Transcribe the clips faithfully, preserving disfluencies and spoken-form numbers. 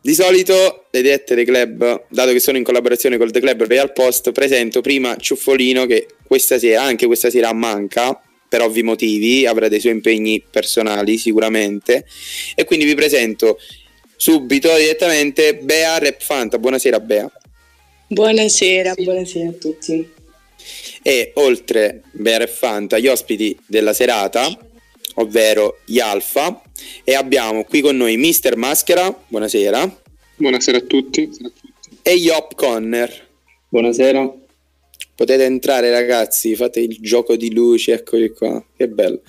Di solito le dirette dei club, dato che sono in collaborazione col The Club Real Post, presento prima Ciuffolino, che questa sera, anche questa sera manca per ovvi motivi, avrà dei suoi impegni personali sicuramente, e quindi vi presento subito direttamente Bea Rap Fanta. Buonasera Bea. Buonasera, buonasera a tutti. E oltre Bea Rap Fanta, gli ospiti della serata, ovvero gli Alfa, e abbiamo qui con noi mister Maschera. Buonasera. Buonasera a tutti. E Yop Conner. Buonasera. Potete entrare ragazzi, fate il gioco di luci, eccoli qua, che bello.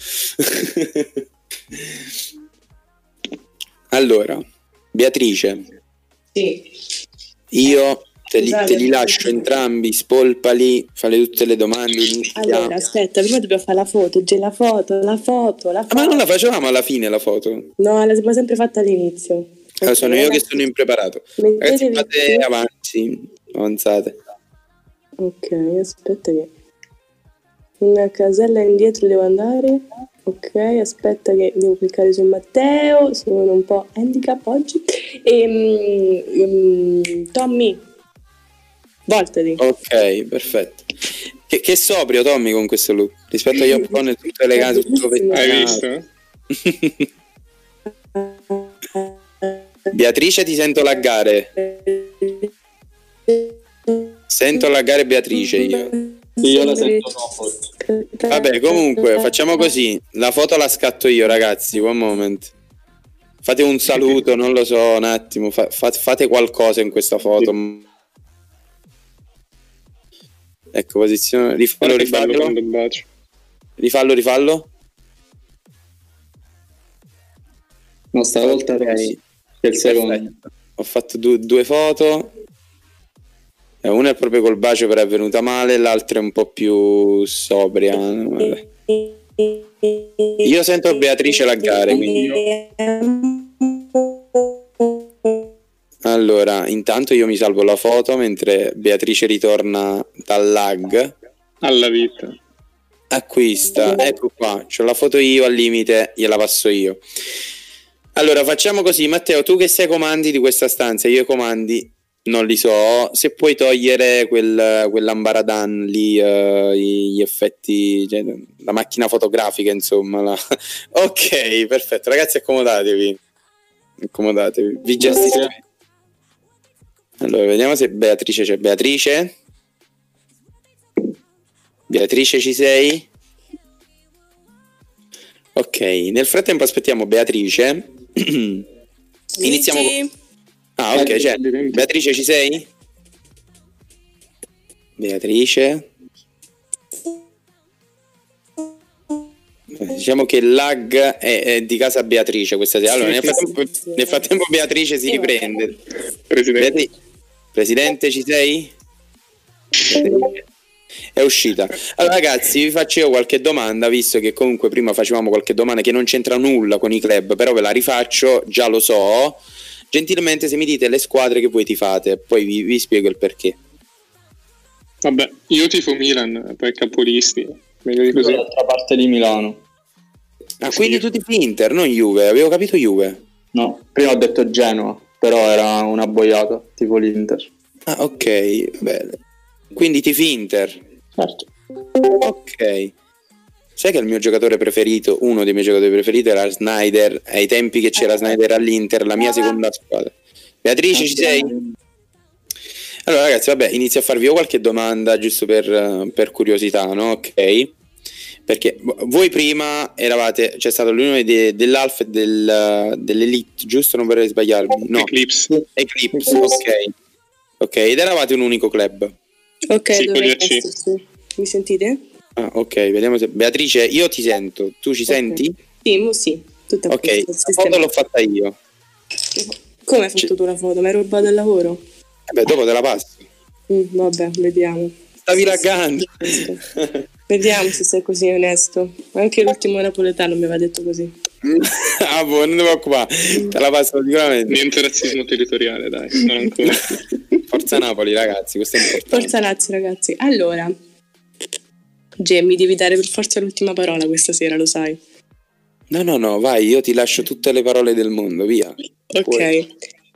Allora, Beatrice. Sì. Io te li, te li lascio entrambi, spolpali, fare tutte le domande. Iniziamo. Allora, aspetta, prima dobbiamo fare la foto, c'è la foto, la foto, la foto. Ah, ma non la facevamo alla fine la foto? No, l'abbiamo sempre fatta all'inizio. Allora, sono io che sono impreparato. Ragazzi, fate qui. avanti, avanzate. Ok, aspetta che una casella indietro devo andare. Ok, aspetta che devo cliccare su Matteo, sono un po' handicap oggi. E, um, Tommy, voltati. Ok, perfetto. Che, che sobrio Tommy con questo look rispetto agli Opcon, tutto elegante, tutto pettinato. Hai visto? Beatrice, ti sento laggare. Sento laggare Beatrice io. Io la sento troppo. Vabbè, comunque facciamo così. La foto la scatto io, ragazzi. One moment. Fate un saluto, non lo so, un attimo. Fa, fa, fate qualcosa in questa foto. Ecco, posizione. Rifallo, rifallo. Rifallo, rifallo. No, stavolta okay. È il secondo. Ho fatto du- due foto. Una è proprio col bacio però è venuta male, l'altra è un po' più sobria. Io sento Beatrice laggare, quindi io... Allora, intanto io mi salvo la foto mentre Beatrice ritorna dal lag. Alla vita. Acquista, ecco qua, c'ho la foto io al limite, gliela passo io. Allora, facciamo così, Matteo, tu che sei comandi di questa stanza, io i comandi non li so, se puoi togliere quel, quell'ambaradan lì, uh, gli effetti, cioè, la macchina fotografica, insomma. La... Ok, perfetto, ragazzi, accomodatevi. Accomodatevi, vi gestisco. Allora, vediamo se Beatrice c'è. Beatrice? Beatrice, ci sei? Ok, nel frattempo aspettiamo Beatrice. Iniziamo con... Ah, ok, c'è. Beatrice, ci sei? Beatrice? Diciamo che il lag è, è di casa Beatrice questa sera. Allora, nel frattempo, nel frattempo Beatrice si riprende. Presidente. Beatri- Presidente, ci sei? È uscita. Allora ragazzi, vi faccio io qualche domanda, visto che comunque prima facevamo qualche domanda che non c'entra nulla con i club, però ve la rifaccio, già lo so. Gentilmente se mi dite le squadre che voi tifate, poi vi, vi spiego il perché. Vabbè, io tifo Milan, poi capolisti, meglio di così. Dall'altra parte di Milano. Ah, quindi tu tifi Inter, non Juve, avevo capito Juve. No, prima ho detto Genoa, però era una boiata, tipo l'Inter. Ah, ok, bene. Quindi tifi Inter. Certo. Ok. Sai che il mio giocatore preferito, uno dei miei giocatori preferiti era Snyder, ai tempi che c'era Snyder all'Inter, la mia seconda squadra. Beatrice, ci sei? Allora ragazzi, vabbè, inizio a farvi io qualche domanda giusto per, per curiosità, no? Ok. Perché voi prima eravate, c'è stato l'unione de, dell'Alfa e del, dell'Elite, giusto? Non vorrei sbagliarmi. No. Eclipse. Eclipse, ok. Ok, ed eravate un unico club. Ok, sì, dovrebbe esserci. Mi sentite? Ah, ok, vediamo se... Beatrice, io ti sento, tu ci okay. senti? Sì, mo sì, tutta ok, la foto l'ho fatta io. Come hai fatto C- tu la foto? Mi hai rubato il lavoro? Vabbè, dopo te la passo. Mm, vabbè, vediamo. Stavi laggando. Vediamo se sei così onesto. Anche l'ultimo napoletano mi aveva detto così. Ah, boh, non devo occupare. Te la passo sicuramente. Niente razzismo territoriale, dai, non ancora. Forza Napoli, ragazzi, questo è importante. Forza Lazio, ragazzi. Allora, Gem, mi devi dare per forza l'ultima parola questa sera, lo sai. No, no, no, vai, io ti lascio tutte le parole del mondo, via. Ok. Puoi.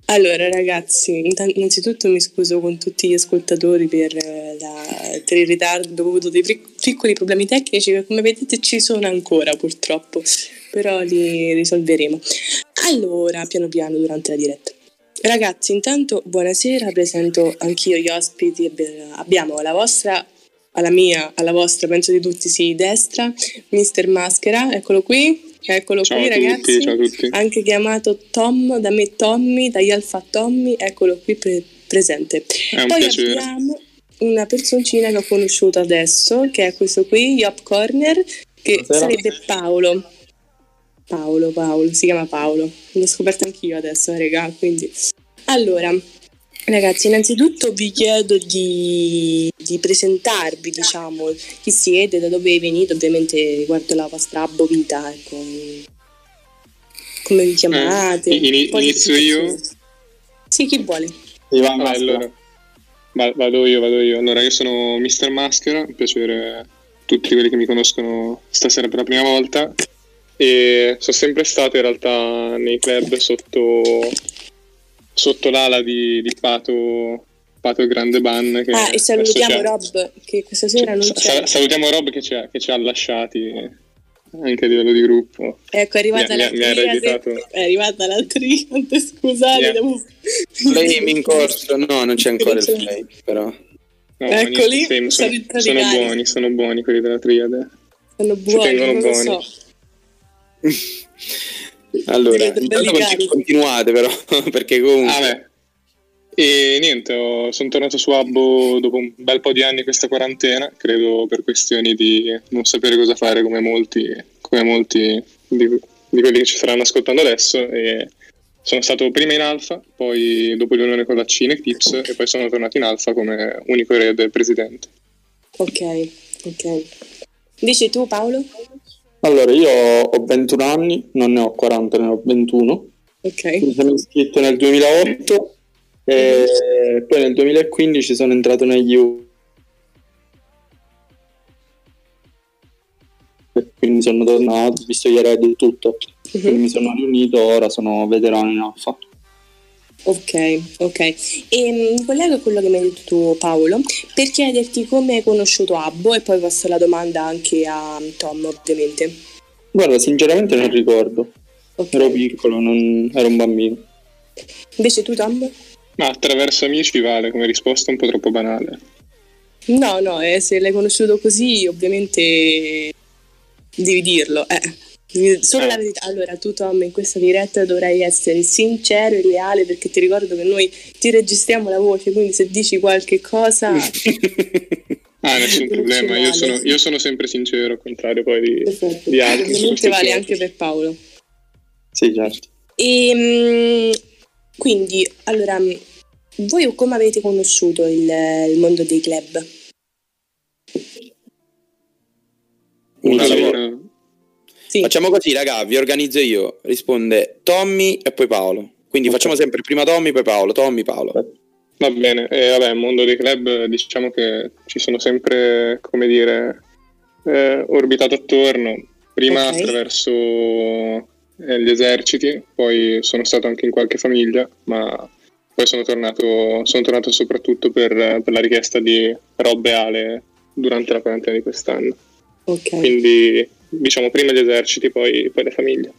Allora ragazzi, intan- innanzitutto mi scuso con tutti gli ascoltatori per, eh, la- per il ritardo dovuto dei pic- piccoli problemi tecnici che come vedete ci sono ancora purtroppo, però li risolveremo. Allora, piano piano durante la diretta. Ragazzi, intanto buonasera, presento anch'io gli ospiti. Abbi- Abbiamo alla vostra, alla mia, alla vostra, penso di tutti sì, destra, mister Maschera, eccolo qui. Eccolo Ciao qui a tutti, ragazzi, ciao a tutti. anche chiamato Tom, da me Tommy, dagli Alfa Tommy, eccolo qui pre- presente. È un Poi piacere. abbiamo una personcina che ho conosciuto adesso, che è questo qui, Yop Corner, che Buonasera. sarebbe Paolo. Paolo, Paolo, si chiama Paolo. L'ho scoperto anch'io adesso, raga, quindi... Allora, ragazzi, innanzitutto vi chiedo di, di presentarvi, diciamo, chi siete, da dove venite, ovviamente riguardo la vostra vita, ecco, come vi chiamate. Eh, ini- un po' di inizio io? presentazione. Sì, chi vuole? Ivan Ah, Maschera. allora, va- vado io, vado io. Allora, io sono mister Maschera, un piacere a tutti quelli che mi conoscono stasera per la prima volta. E sono sempre stato in realtà nei club sotto, sotto l'ala di, di Pato, Pato il Grande Ban. Che Ah, e adesso salutiamo c'è- Rob, che questa sera non sa- c'è. sa- salutiamo Rob che ci ha, che ci ha lasciati anche a livello di gruppo. Ecco, è arrivata Mi ha- la mi ha- mi ha triade. ereditato. È arrivata la triade, scusate. Mi ha- devo- Flame in corso? No, non c'è ancora il flame, però. No, Eccoli, niente, Flame, sono sono, entrati sono carichi. buoni, sono buoni quelli della triade. Sono buoni, tengono non lo buoni. so. Allora, Siete belli intanto conti- carichi. continuate però, perché comunque... Ah, beh. E niente, ho- sono tornato su Abbo dopo un bel po' di anni questa quarantena, credo per questioni di non sapere cosa fare come molti, come molti di, di quelli che ci staranno ascoltando adesso. E sono stato prima in Alfa, poi dopo l'unione con la Cine Tips e poi sono tornato in Alfa come unico erede del presidente. Ok, ok. Invece tu, Paolo? Allora, io ho ventuno anni, non ne ho quaranta, ne ho ventuno. Ok. Mi sono iscritto nel duemilaotto e poi nel duemilaquindici sono entrato negli U. E quindi sono tornato, visto gli eredi e tutto. Quindi Mhm. mi sono riunito, ora sono veterano in Alfa. Ok, ok. E mm, mi collego a quello che mi hai detto tu, Paolo, per chiederti come hai conosciuto Abbo e poi passo la domanda anche a mm, Tom, ovviamente. Guarda, sinceramente non ricordo. Ok. Ero piccolo, non ero un bambino. Invece tu, Tom? Ma attraverso amici vale come risposta un po' troppo banale. No, no, eh, se l'hai conosciuto così, ovviamente devi dirlo. Eh. Devi- Solo Eh. la verità. Allora, tu, Tom, in questa diretta dovrai essere sincero e leale perché ti ricordo che noi ti registriamo la voce, quindi se dici qualche cosa... Ah, nessun Non problema, ci io vale. sono, io sono sempre sincero, al contrario poi di, Perfetto. di altri. su Ovviamente queste vale cose. anche per Paolo. Sì, certo. E mm, quindi, allora, mm, voi come avete conosciuto il, il mondo dei club? Una alla Così, volta. eh, Sì. Facciamo così, raga, vi organizzo io. Risponde Tommy e poi Paolo. Quindi Ok. facciamo sempre prima Tommy, poi Paolo. Tommy, Paolo. Va bene, e vabbè, il mondo dei club diciamo che ci sono sempre, come dire, eh, orbitato attorno, prima Ok. attraverso eh, gli eserciti, poi sono stato anche in qualche famiglia, ma poi sono tornato, sono tornato soprattutto per, per la richiesta di Rob e Ale durante la quarantena di quest'anno. Ok. Quindi diciamo prima gli eserciti, poi, poi le famiglie.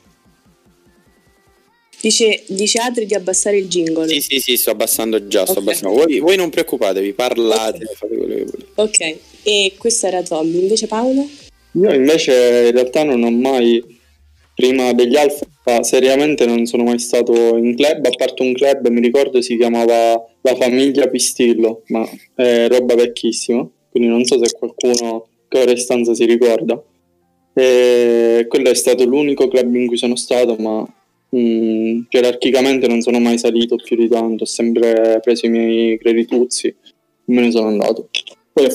Dice, dice Adri di abbassare il jingle. Sì, sì, sì, sto abbassando già, sto Ok. abbassando. Voi, voi non preoccupatevi, parlate, Ok. fate quello che volete. Ok, e questo era Tommy, invece Paolo? Io invece in realtà non ho mai, prima degli Alfa, seriamente non sono mai stato in club, a parte un club, mi ricordo si chiamava La Famiglia Pistillo, ma è roba vecchissima, quindi non so se qualcuno che ora in stanza si ricorda. E quello è stato l'unico club in cui sono stato, ma mh, gerarchicamente non sono mai salito più di tanto, ho sempre preso i miei credituzzi e me ne sono andato. Poi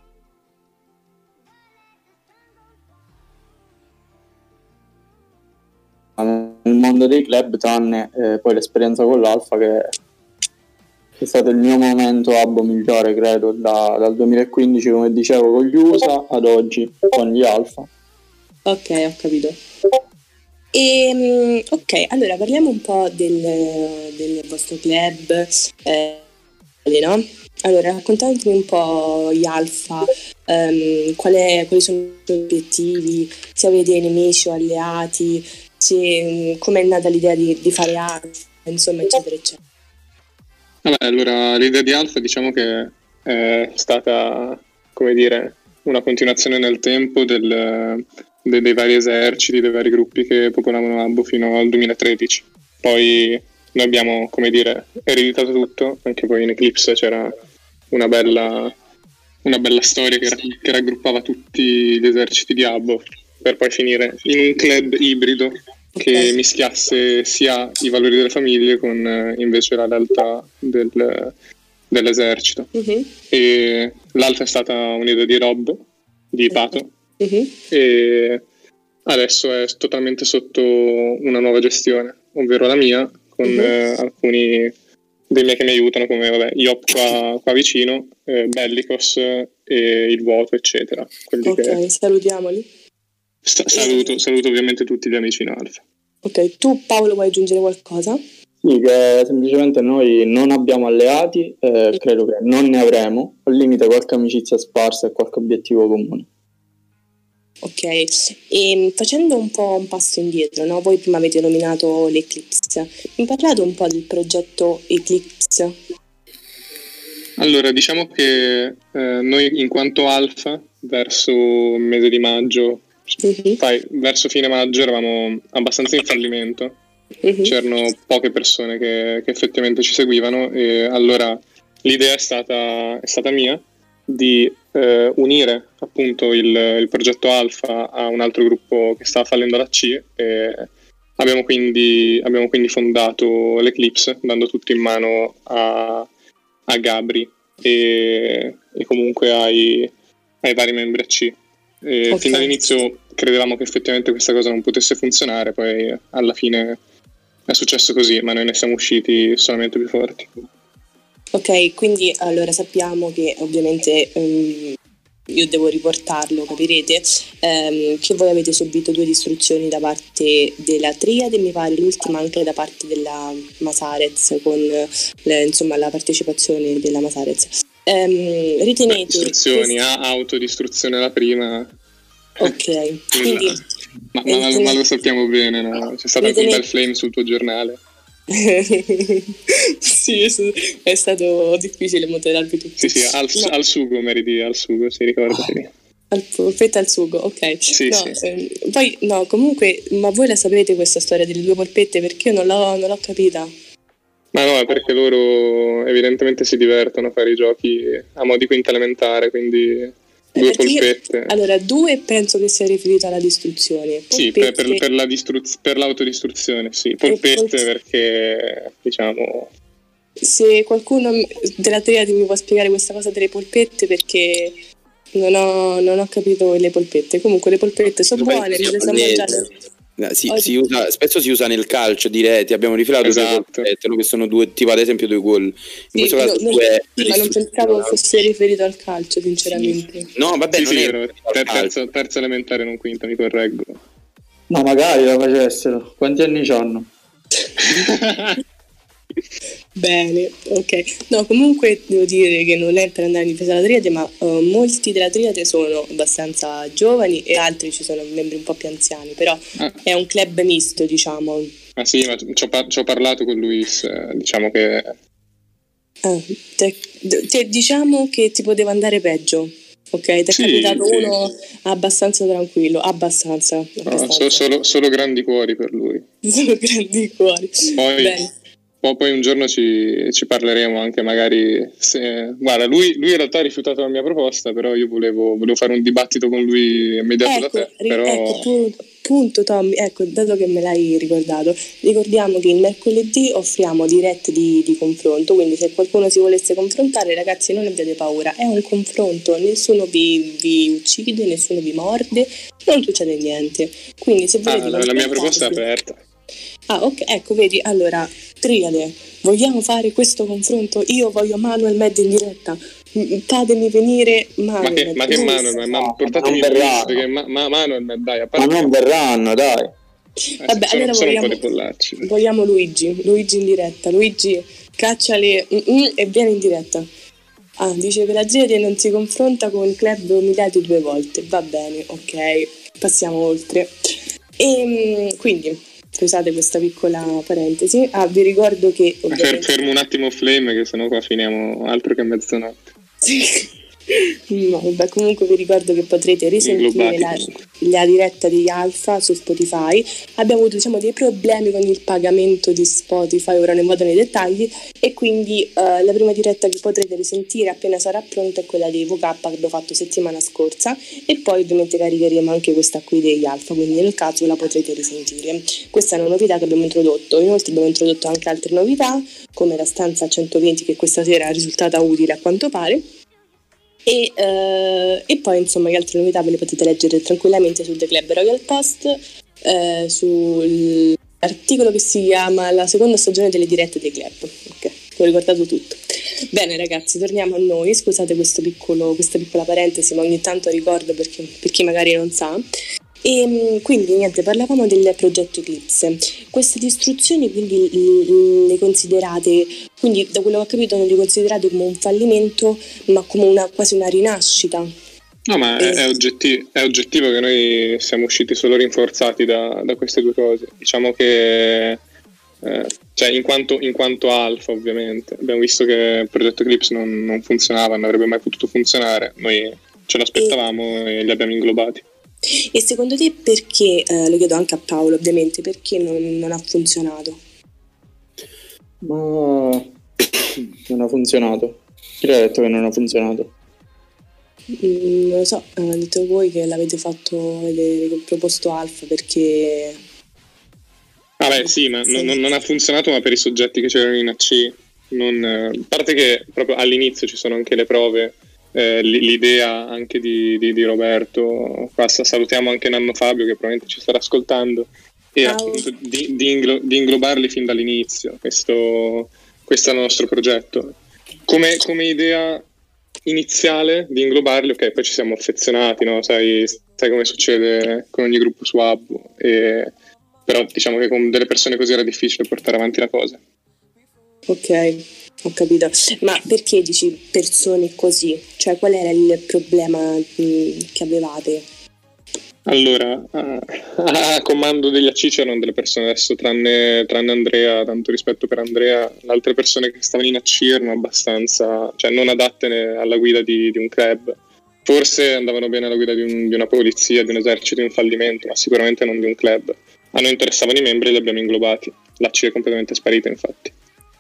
nel mondo dei club, tranne eh, poi l'esperienza con l'Alfa, che è stato il mio momento abbo migliore, credo, da- dal duemilaquindici, come dicevo, con gli U S A ad oggi con gli Alfa. Ok, ho capito. E, ok, allora parliamo un po' del, del vostro club, eh, no? Allora, raccontatemi un po' gli alfa, ehm, qual è, quali sono i vostri obiettivi, se avete nemici o alleati, se, com'è nata l'idea di, di fare alfa, insomma, eccetera, eccetera. Vabbè, allora l'idea di Alfa diciamo che è stata, come dire, una continuazione nel tempo del, de, dei vari eserciti, dei vari gruppi che popolavano Habbo fino al duemilatredici. Poi noi abbiamo, come dire, ereditato tutto, anche poi in Eclipse c'era una bella, una bella storia che, che raggruppava tutti gli eserciti di Habbo, per poi finire in un club ibrido che okay. mischiasse sia i valori delle famiglie con eh, invece la realtà del, dell'esercito. Uh-huh. E l'altra è stata un'idea di Rob, di Pato, uh-huh. e adesso è totalmente sotto una nuova gestione, ovvero la mia, con uh-huh. eh, alcuni dei miei che mi aiutano, come vabbè, Iop qua, qua vicino, eh, Bellicos e il Vuoto, eccetera. Quelli ok, che... salutiamoli. Sa- saluto, saluto ovviamente tutti gli amici in Alfa. Ok, tu Paolo vuoi aggiungere qualcosa? Sì, che semplicemente noi non abbiamo alleati, eh, credo che non ne avremo, al limite qualche amicizia sparsa e qualche obiettivo comune. Ok, e facendo un po' un passo indietro, no? Voi prima avete nominato l'Eclipse, mi parlate un po' del progetto Eclipse? Allora, diciamo che eh, noi in quanto Alfa, verso il mese di maggio, Uh-huh. Poi, verso fine maggio eravamo abbastanza in fallimento, uh-huh. c'erano poche persone che, che effettivamente ci seguivano, e allora l'idea è stata, è stata mia di eh, unire appunto il, il progetto Alfa a un altro gruppo che stava fallendo la C, e abbiamo quindi, abbiamo quindi fondato l'Eclipse, dando tutto in mano a, a Gabri e, e comunque ai, ai vari membri A C. E okay. Fin dall'inizio credevamo che effettivamente questa cosa non potesse funzionare, poi alla fine è successo così, ma noi ne siamo usciti solamente più forti. Ok, quindi allora sappiamo che ovviamente um, io devo riportarlo, capirete, um, che voi avete subito due distruzioni da parte della Triade, mi pare l'ultima anche da parte della Masarez, con le, insomma la partecipazione della Masarez. Um, ritenete distruzioni, questa... ah, autodistruzione la prima. Ok, quindi ma, ma, ma, ma lo sappiamo bene, no? C'è stato ritenete... anche un bel flame sul tuo giornale. Sì, è stato difficile moderarvi tutti. Sì, sì, al, no. al sugo, meriti al sugo, si ricorda. Sì. Al polpetta al sugo, ok. Sì, no, sì. Ehm, poi, no, comunque, ma voi la sapete questa storia delle due polpette? Perché io non l'ho, non l'ho capita. Ma no, è perché loro evidentemente si divertono a fare i giochi a mo' di quinta elementare, quindi due perché polpette. Io, allora, due penso che sia riferito alla distruzione. Polpette... Sì, per, per, per, la distruz- per l'autodistruzione, sì. Polpette pol- perché, diciamo... Se qualcuno della Triade mi può spiegare questa cosa delle polpette, perché non ho, non ho capito le polpette. Comunque le polpette sono buone, le sono mangiate. Si, si usa, spesso si usa nel calcio di reti, abbiamo rifilato esatto. due polpette, no? Che sono due, tipo ad esempio due gol. In sì, questo caso no, due sì, ma non pensavo fosse riferito al calcio, sinceramente. Sì. No, vabbè, sì, non sì, è ter- terza, terza elementare, non quinta, mi correggo. No, magari la facessero. Quanti anni c'hanno? Bene, ok. No, comunque devo dire che non è per andare in difesa della Triade, ma uh, molti della Triade sono abbastanza giovani e altri ci sono membri un po' più anziani, però ah. è un club misto, diciamo. Ah sì, ma ci ho, par- ci ho parlato con Luis, eh, diciamo che... Ah, te, te, diciamo che ti poteva andare peggio. Ok, ti è sì, capitato sì. uno abbastanza tranquillo, abbastanza. abbastanza. No, so, solo, solo grandi cuori per lui. Solo grandi cuori. Poi, Bene. poi un giorno ci, ci parleremo anche magari. Se, guarda, lui, lui in realtà ha rifiutato la mia proposta, però io volevo, volevo fare un dibattito con lui immediato ecco, da te. Però... Ecco, pu- punto Tommy, ecco, dato che me l'hai ricordato, ricordiamo che il mercoledì offriamo dirette di, di confronto, quindi se qualcuno si volesse confrontare, ragazzi, non abbiate paura, è un confronto, nessuno vi, vi uccide, nessuno vi morde, non succede niente. Quindi se volete ah, la mia proposta è aperta. Ah, ok, ecco, vedi, allora, Triade, vogliamo fare questo confronto? Io voglio Manuel Med in diretta. Fatemi venire Manuel. Ma che, ma che Manuel? Ma, ma portatemi il Luis, perché ma, ma Manuel Med, dai, a parte... Ma non verranno, dai. Eh, Vabbè, sono, allora sono un vogliamo, po' di pollacci. vogliamo Luigi, Luigi in diretta. Luigi, cacciale mm-mm, e vieni in diretta. Ah, dice che la Geri non si confronta con il club umiliati due volte. Va bene, ok, passiamo oltre. E quindi, scusate questa piccola parentesi. Ah, vi ricordo che Fer- ovviamente... fermo un attimo Flame, che sennò qua finiamo altro che a mezzanotte. Sì. No, vabbè, comunque vi ricordo che potrete risentire Inglobati la, comunque. la diretta degli Alfa su Spotify. Abbiamo avuto, diciamo, dei problemi con il pagamento di Spotify, ora ne vado nei dettagli, e quindi eh, la prima diretta che potrete risentire appena sarà pronta è quella dei V K che abbiamo fatto settimana scorsa, e poi ovviamente caricheremo anche questa qui degli Alfa, quindi nel caso la potrete risentire. Questa è una novità che abbiamo introdotto. Inoltre abbiamo introdotto anche altre novità, come la stanza centoventi, che questa sera è risultata utile a quanto pare. E, eh, e poi insomma le altre novità ve le potete leggere tranquillamente su The Club Royal Post, eh, sull'articolo che si chiama La seconda stagione delle dirette dei club. Ok, ho ricordato tutto. Bene ragazzi, torniamo a noi. Scusate questo piccolo, questa piccola parentesi, ma ogni tanto ricordo perché, per chi magari non sa. E quindi niente, parlavamo del progetto Eclipse. Queste distruzioni quindi l- le considerate, quindi da quello che ho capito non le considerate come un fallimento, ma come una, quasi una rinascita. No, ma è, Eh. è, oggettivo, è oggettivo che noi siamo usciti solo rinforzati da, da queste due cose. Diciamo che, eh, cioè in quanto, in quanto alfa ovviamente, abbiamo visto che il progetto Eclipse non, non funzionava, non avrebbe mai potuto funzionare, noi ce l'aspettavamo e, e li abbiamo inglobati. E secondo te perché, eh, lo chiedo anche a Paolo ovviamente, perché non, non ha funzionato? Ma non ha funzionato. Chi l'ha detto che non ha funzionato? Mm, non lo so, avete detto voi che l'avete fatto, avete proposto Alfa perché... Vabbè, sì, ma non, non ha funzionato, ma per i soggetti che c'erano in A C. Non, a parte che proprio all'inizio ci sono anche le prove, eh, l'idea anche di, di, di Roberto, qua salutiamo anche Nanno Fabio che probabilmente ci starà ascoltando, era Ciao. appunto di, di, inglo, di inglobarli fin dall'inizio. Questo, questo è il nostro progetto. Come, come idea iniziale di inglobarli, ok, poi ci siamo affezionati, no? Sai, sai come succede con ogni gruppo su Abbu, e però diciamo che con delle persone così era difficile portare avanti la cosa. Ok, ho capito. Ma perché dici persone così? Cioè qual era il problema mh, che avevate? Allora, a, a comando degli A C c'erano delle persone adesso, tranne, tranne Andrea, tanto rispetto per Andrea, le altre persone che stavano in A C erano abbastanza, cioè non adatte alla guida di, di un club. Forse andavano bene alla guida di, un, di una polizia, di un esercito in fallimento, ma sicuramente non di un club. A noi interessavano i membri e li abbiamo inglobati. L'A C è completamente sparita, infatti.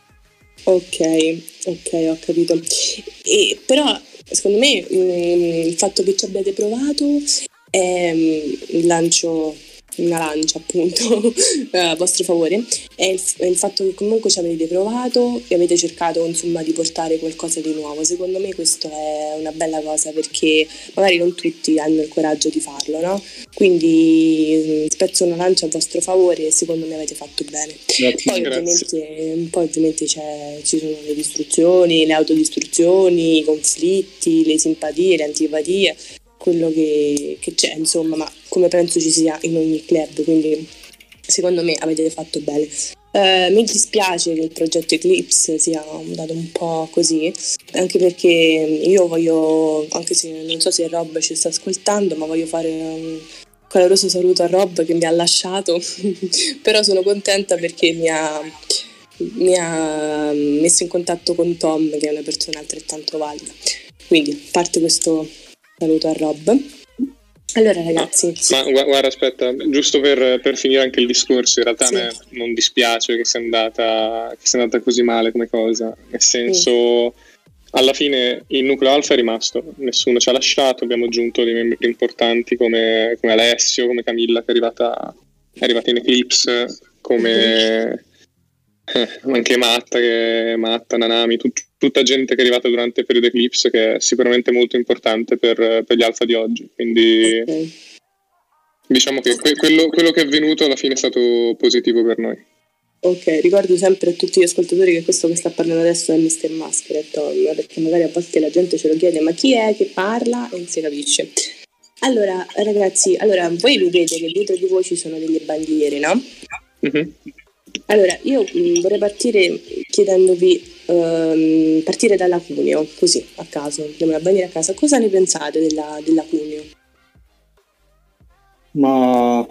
Ok, ok, ho capito. E, però secondo me mh, il fatto che ci abbiate provato è mh, il lancio, una lancia appunto a vostro favore, è il, è il fatto che comunque ci avete provato e avete cercato insomma di portare qualcosa di nuovo. Secondo me questo è una bella cosa, perché magari non tutti hanno il coraggio di farlo, no? Quindi mh, spezzo una lancia a vostro favore e secondo me avete fatto bene. Poi ovviamente, poi ovviamente c'è, ci sono le distruzioni, le autodistruzioni, i conflitti, le simpatie, le antipatie, quello che, che c'è insomma, ma come penso ci sia in ogni club, quindi secondo me avete fatto bene. Eh, mi dispiace che il progetto Eclipse sia andato un po' così, anche perché io voglio, anche se non so se Rob ci sta ascoltando, ma voglio fare un caloroso saluto a Rob che mi ha lasciato però sono contenta perché mi ha, mi ha messo in contatto con Tom, che è una persona altrettanto valida, quindi parte questo saluto a Rob. Allora ragazzi, ma, ma guarda, aspetta, giusto per, per finire anche il discorso, in realtà sì. A me non dispiace che sia andata che sia andata così male come cosa, nel senso, mm. alla fine il nucleo alfa è rimasto, nessuno ci ha lasciato, abbiamo aggiunto dei membri importanti come, come Alessio, come Camilla che è arrivata, è arrivata in Eclipse, come eh, anche Matta, che Matta, Nanami, tut, tutta gente che è arrivata durante il periodo Eclipse, che è sicuramente molto importante per, per gli alfa di oggi, quindi okay. Diciamo che que, quello, quello che è avvenuto alla fine è stato positivo per noi. Ok, ricordo sempre a tutti gli ascoltatori che questo che sta parlando adesso è mister Maschera e Tom, perché magari a volte la gente ce lo chiede, ma chi è che parla? E non si capisce. Allora, ragazzi, allora voi vedete che dietro di voi ci sono delle bandiere, no? Mm-hmm. Allora, io mh, vorrei partire chiedendovi, ehm, partire dalla Cuneo, così, a caso, abbiamo la bandiera a casa. Cosa ne pensate della, della Cuneo? Ma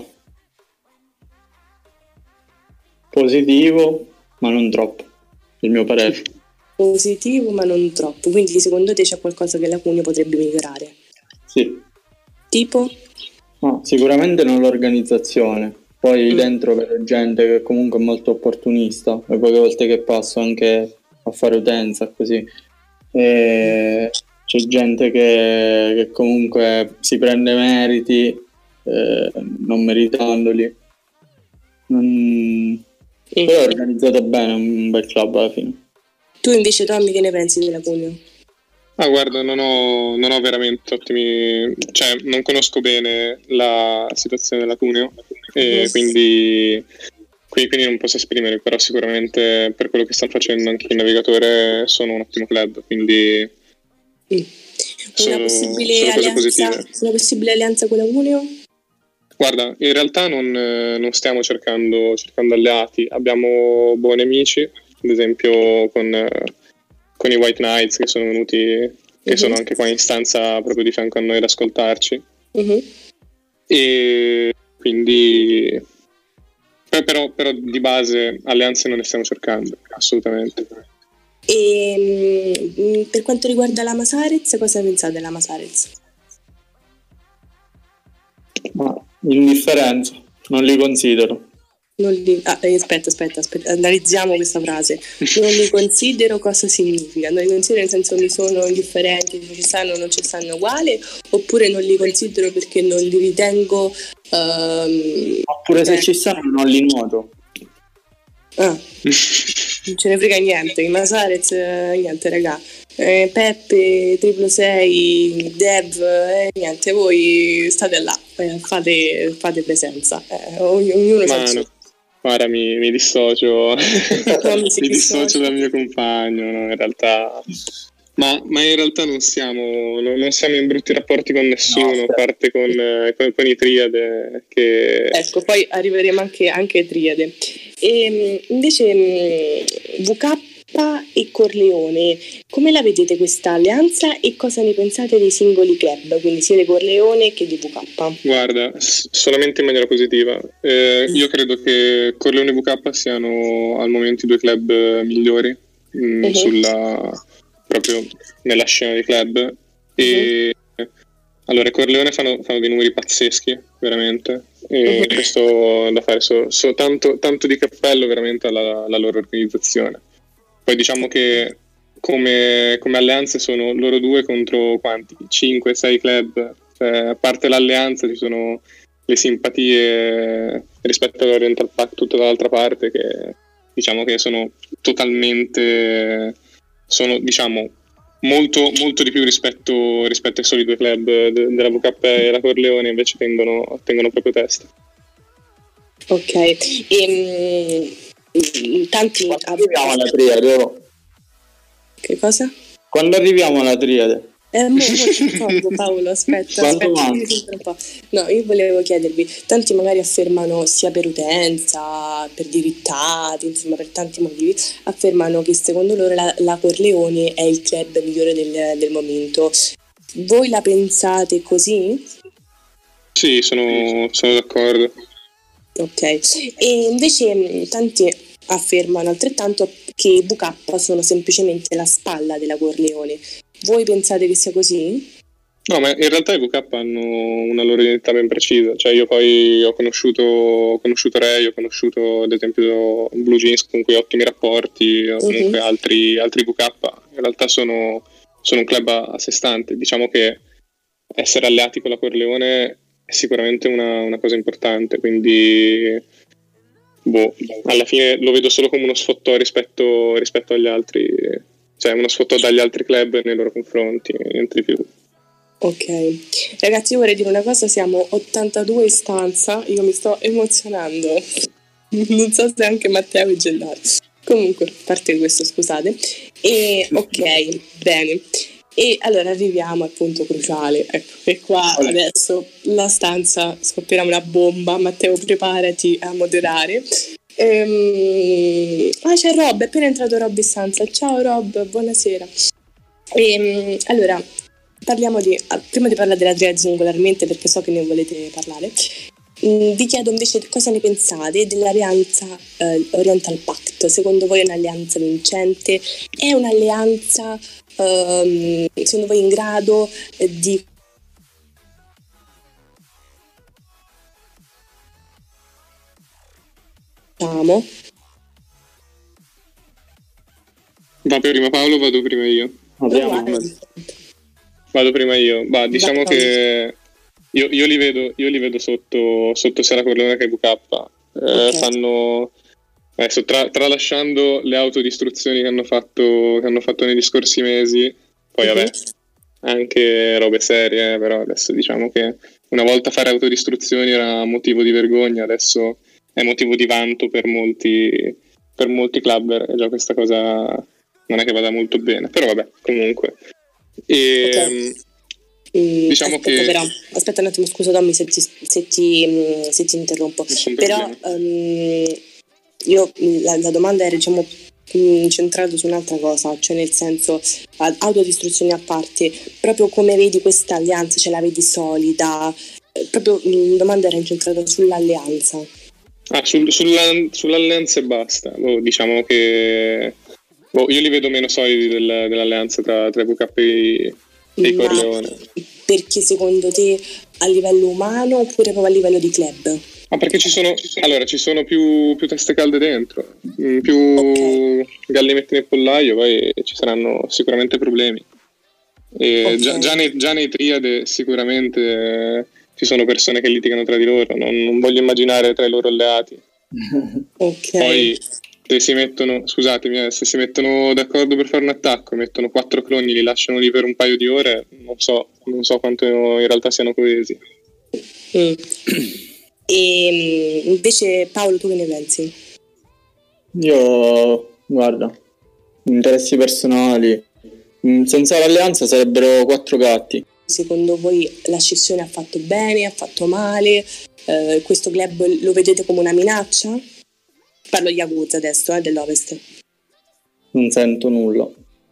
positivo, ma non troppo, il mio parere. Positivo, ma non troppo. Quindi secondo te c'è qualcosa che la Cuneo potrebbe migliorare? Sì. Tipo? No, sicuramente non l'organizzazione. Poi Mm. dentro vedo gente che comunque è molto opportunista, le poche volte che passo anche a fare utenza, così. E c'è gente che, che comunque si prende meriti, eh, non meritandoli. Non... Mm. Però è organizzato bene, un bel club alla fine. Tu invece, Tommy, che ne pensi della Cuneo? Ah, guarda, non ho, non ho veramente ottimi... cioè, non conosco bene la situazione della Cuneo, e Yes. quindi, qui- quindi non posso esprimere, però sicuramente per quello che stanno facendo anche il Navigatore sono un ottimo club, quindi Mm. Una sono, possibile sono cose alleanza, positive. una possibile alleanza con la Cuneo? Guarda, in realtà non, eh, non stiamo cercando, cercando alleati, abbiamo buoni nemici, ad esempio con, eh, con i White Knights che sono venuti, che Mhm. sono anche qua in stanza proprio di fianco a noi ad ascoltarci, Mhm. e quindi però, però, però di base alleanze non ne stiamo cercando, assolutamente. E mm, per quanto riguarda la Masarez, cosa pensate della Masarez? Ma indifferenza, non li considero. Non li... ah, eh, aspetta, aspetta, aspetta, analizziamo questa frase. Non li considero, cosa significa? Non li considero nel senso mi sono indifferenti, se ci stanno o non ci stanno uguale, oppure non li considero perché non li ritengo... ehm, Oppure se eh, ci stanno non li nuoto. ah, non ce ne frega niente, i Masarez, eh, niente raga. Eh, Peppe, Triplo sei, Dev, eh, niente, voi state là, eh, fate, fate presenza, eh, ogn- ognuno sa il Ma suo. no, guarda, mi, mi dissocio, Tommy si mi dissocio dissocia. dal mio compagno, no, in realtà. Ma, ma in realtà non siamo, non, non siamo in brutti rapporti con nessuno, No, a parte con, eh, con, con i Triade, che Ecco, poi arriveremo anche, anche a Triade. E, mh, invece mh, V K e Corleone, come la vedete questa alleanza e cosa ne pensate dei singoli club, quindi sia di Corleone che di V K? guarda, s- solamente in maniera positiva. Eh, io credo che Corleone e V K siano al momento i due club eh, migliori mh, Mhm. sulla, proprio nella scena dei club. E allora, i Corleone fanno, fanno dei numeri pazzeschi, veramente. E Mhm. questo da fare so, so tanto, tanto di cappello veramente alla, alla loro organizzazione. Poi diciamo che come, come alleanze sono loro due contro quanti? cinque sei club. Cioè, a parte l'alleanza ci sono le simpatie rispetto all'Oriental Pack tutta dall'altra parte, che diciamo che sono totalmente sono diciamo molto, molto di più rispetto, rispetto ai soli due club de- della V K e la Corleone, invece tengono, tengono proprio testa. Ok, e mh, tanti... Quando arriviamo alla triade? oh? Che cosa? Quando arriviamo alla triade? Eh, mo, mo ti ricordo, Paolo, aspetta, Quanto aspetta, manca? dimmi sempre un po'. No, io volevo chiedervi, tanti magari affermano sia per utenza, per dirittati, insomma per tanti motivi, affermano che secondo loro la, la Corleone è il club migliore del, del momento. Voi la pensate così? Sì, sono, sono d'accordo. Ok, e invece mh, tanti affermano altrettanto che V K sono semplicemente la spalla della Corleone. Voi pensate che sia così? No, ma in realtà i V K hanno una loro identità ben precisa. Cioè, io poi ho conosciuto, ho conosciuto Ray, ho conosciuto ad esempio Blue Jeans con cui ho ottimi rapporti, o comunque Mhm. altri, altri V K. In realtà sono, sono un club a, a sé stante. Diciamo che essere alleati con la Corleone è sicuramente una, una cosa importante, quindi boh, alla fine lo vedo solo come uno sfottò rispetto, rispetto agli altri, cioè uno sfottò dagli altri club nei loro confronti, niente di più. Ok, ragazzi, io vorrei dire una cosa, siamo ottantadue in stanza, io mi sto emozionando, non so se anche Matteo è gelato. Comunque, a parte questo, scusate. E ok, bene. E allora arriviamo al punto cruciale, ecco che qua adesso la stanza scoppierà una bomba. Matteo, preparati a moderare. Ehm... Ah, c'è Rob, è appena entrato Rob in stanza. Ciao Rob, buonasera. Ehm, allora, parliamo di, prima di parlare della triade singolarmente, perché so che ne volete parlare, mh, vi chiedo invece cosa ne pensate dell'alleanza eh, Oriental Pact. Secondo voi è un'alleanza vincente? È un'alleanza ehm, secondo voi in grado eh, di diciamo Va prima Paolo, vado prima io. Apriamo. Vado prima io. Bah, diciamo Vai. che io, io li vedo, io li vedo sotto, sotto sia la Corleone che V K. Eh, Ok. fanno adesso tra- tralasciando le autodistruzioni che hanno fatto che hanno fatto negli scorsi mesi, poi Mhm. vabbè, anche robe serie, eh, però adesso diciamo che una volta fare autodistruzioni era motivo di vergogna, adesso è motivo di vanto per molti per molti clubber, e già questa cosa non è che vada molto bene, però vabbè, comunque. E, Ok. Mm, diciamo aspetta, che- però, aspetta un attimo, scusa Tommy se ti, se ti, mm, se ti interrompo. Nessun Però problema. ehm, io mm, la, la domanda era diciamo mm, incentrata su un'altra cosa, cioè nel senso a- autodistruzioni a parte, proprio come vedi questa alleanza, ce la vedi solida? Eh, proprio mm, la domanda era incentrata sull'alleanza. Ah, sul- sulla, sull'alleanza e basta. Boh, diciamo che boh, io li vedo meno solidi del- dell'alleanza tra, tra V K e, e i Ma Corleone. perché secondo te a livello umano oppure proprio a livello di club? Ah, perché ci sono, allora, ci sono più, più teste calde dentro, mm, più Ok. gallinetti nel pollaio, poi ci saranno sicuramente problemi. E Ok. già, già nei, già nei triade sicuramente eh, ci sono persone che litigano tra di loro, non, non voglio immaginare tra i loro alleati. Ok. Poi se si mettono, scusatemi, eh, se si mettono d'accordo per fare un attacco, mettono quattro cloni, li lasciano lì per un paio di ore, non so, non so quanto in realtà siano coesi. Mm. E mm, invece Paolo, tu che ne pensi? Io, guarda, interessi personali, mm, senza l'alleanza sarebbero quattro gatti. Secondo voi la scissione ha fatto bene, ha fatto male? Eh, questo club lo vedete come una minaccia? Parlo di Yakuza adesso, eh, dell'Ovest. Non sento nulla.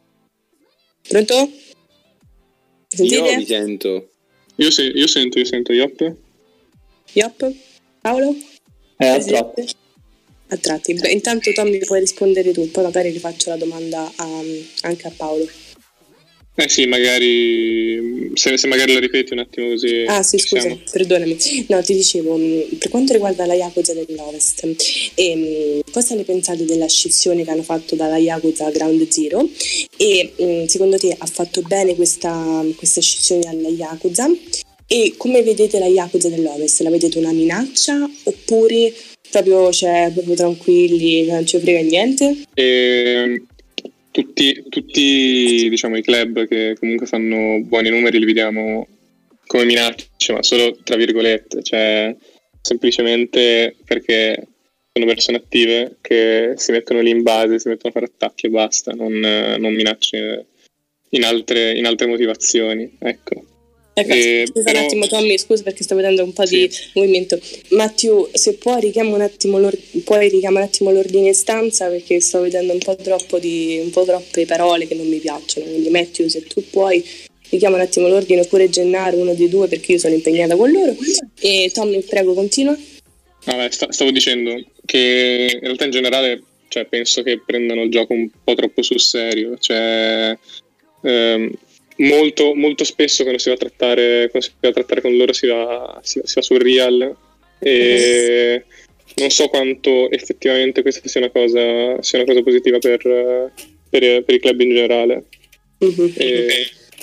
Pronto? Sentite? Io vi sento. Io, se- io sento, io sento, Yop. Yop? Paolo? È a Presidente? tratti. A tratti. Beh, intanto Tommy puoi rispondere tu, poi magari rifaccio la domanda a- anche a Paolo. Eh sì, magari se, se magari la ripeti un attimo così. Ah sì, ci scusa, siamo. perdonami. No, ti dicevo, mh, per quanto riguarda la Yakuza dell'Ovest, ehm, cosa ne pensate della scissione che hanno fatto dalla Yakuza Ground Zero? E mh, secondo te ha fatto bene questa, questa scissione alla Yakuza? E come vedete la Yakuza dell'Ovest? La vedete una minaccia oppure proprio, cioè, proprio tranquilli, non ci frega niente? E tutti, tutti diciamo i club che comunque fanno buoni numeri li vediamo come minacce, ma solo tra virgolette, cioè semplicemente perché sono persone attive che si mettono lì in base, si mettono a fare attacchi e basta, non, non minacce in altre, in altre motivazioni, ecco. Ecco, Eh, scusa però- un attimo Tommy, scusa perché sto vedendo un po' Sì. di movimento. Matthew, se puoi richiama un attimo l'or- puoi richiamare un attimo l'ordine in stanza perché sto vedendo un po' troppo di un po' troppe parole che non mi piacciono. Quindi Matthew, se tu puoi richiama un attimo l'ordine oppure Gennaro, uno dei due, perché io sono impegnata con loro. E Tommy, prego, continua. Vabbè, sta- stavo dicendo che in realtà in generale cioè, penso che prendano il gioco un po' troppo sul serio, cioè ehm, molto, molto spesso quando si va a trattare, quando si va a trattare con loro si va, si, si va sul real e non so quanto effettivamente questa sia una cosa, sia una cosa positiva per, per, per i club in generale. Mhm. E,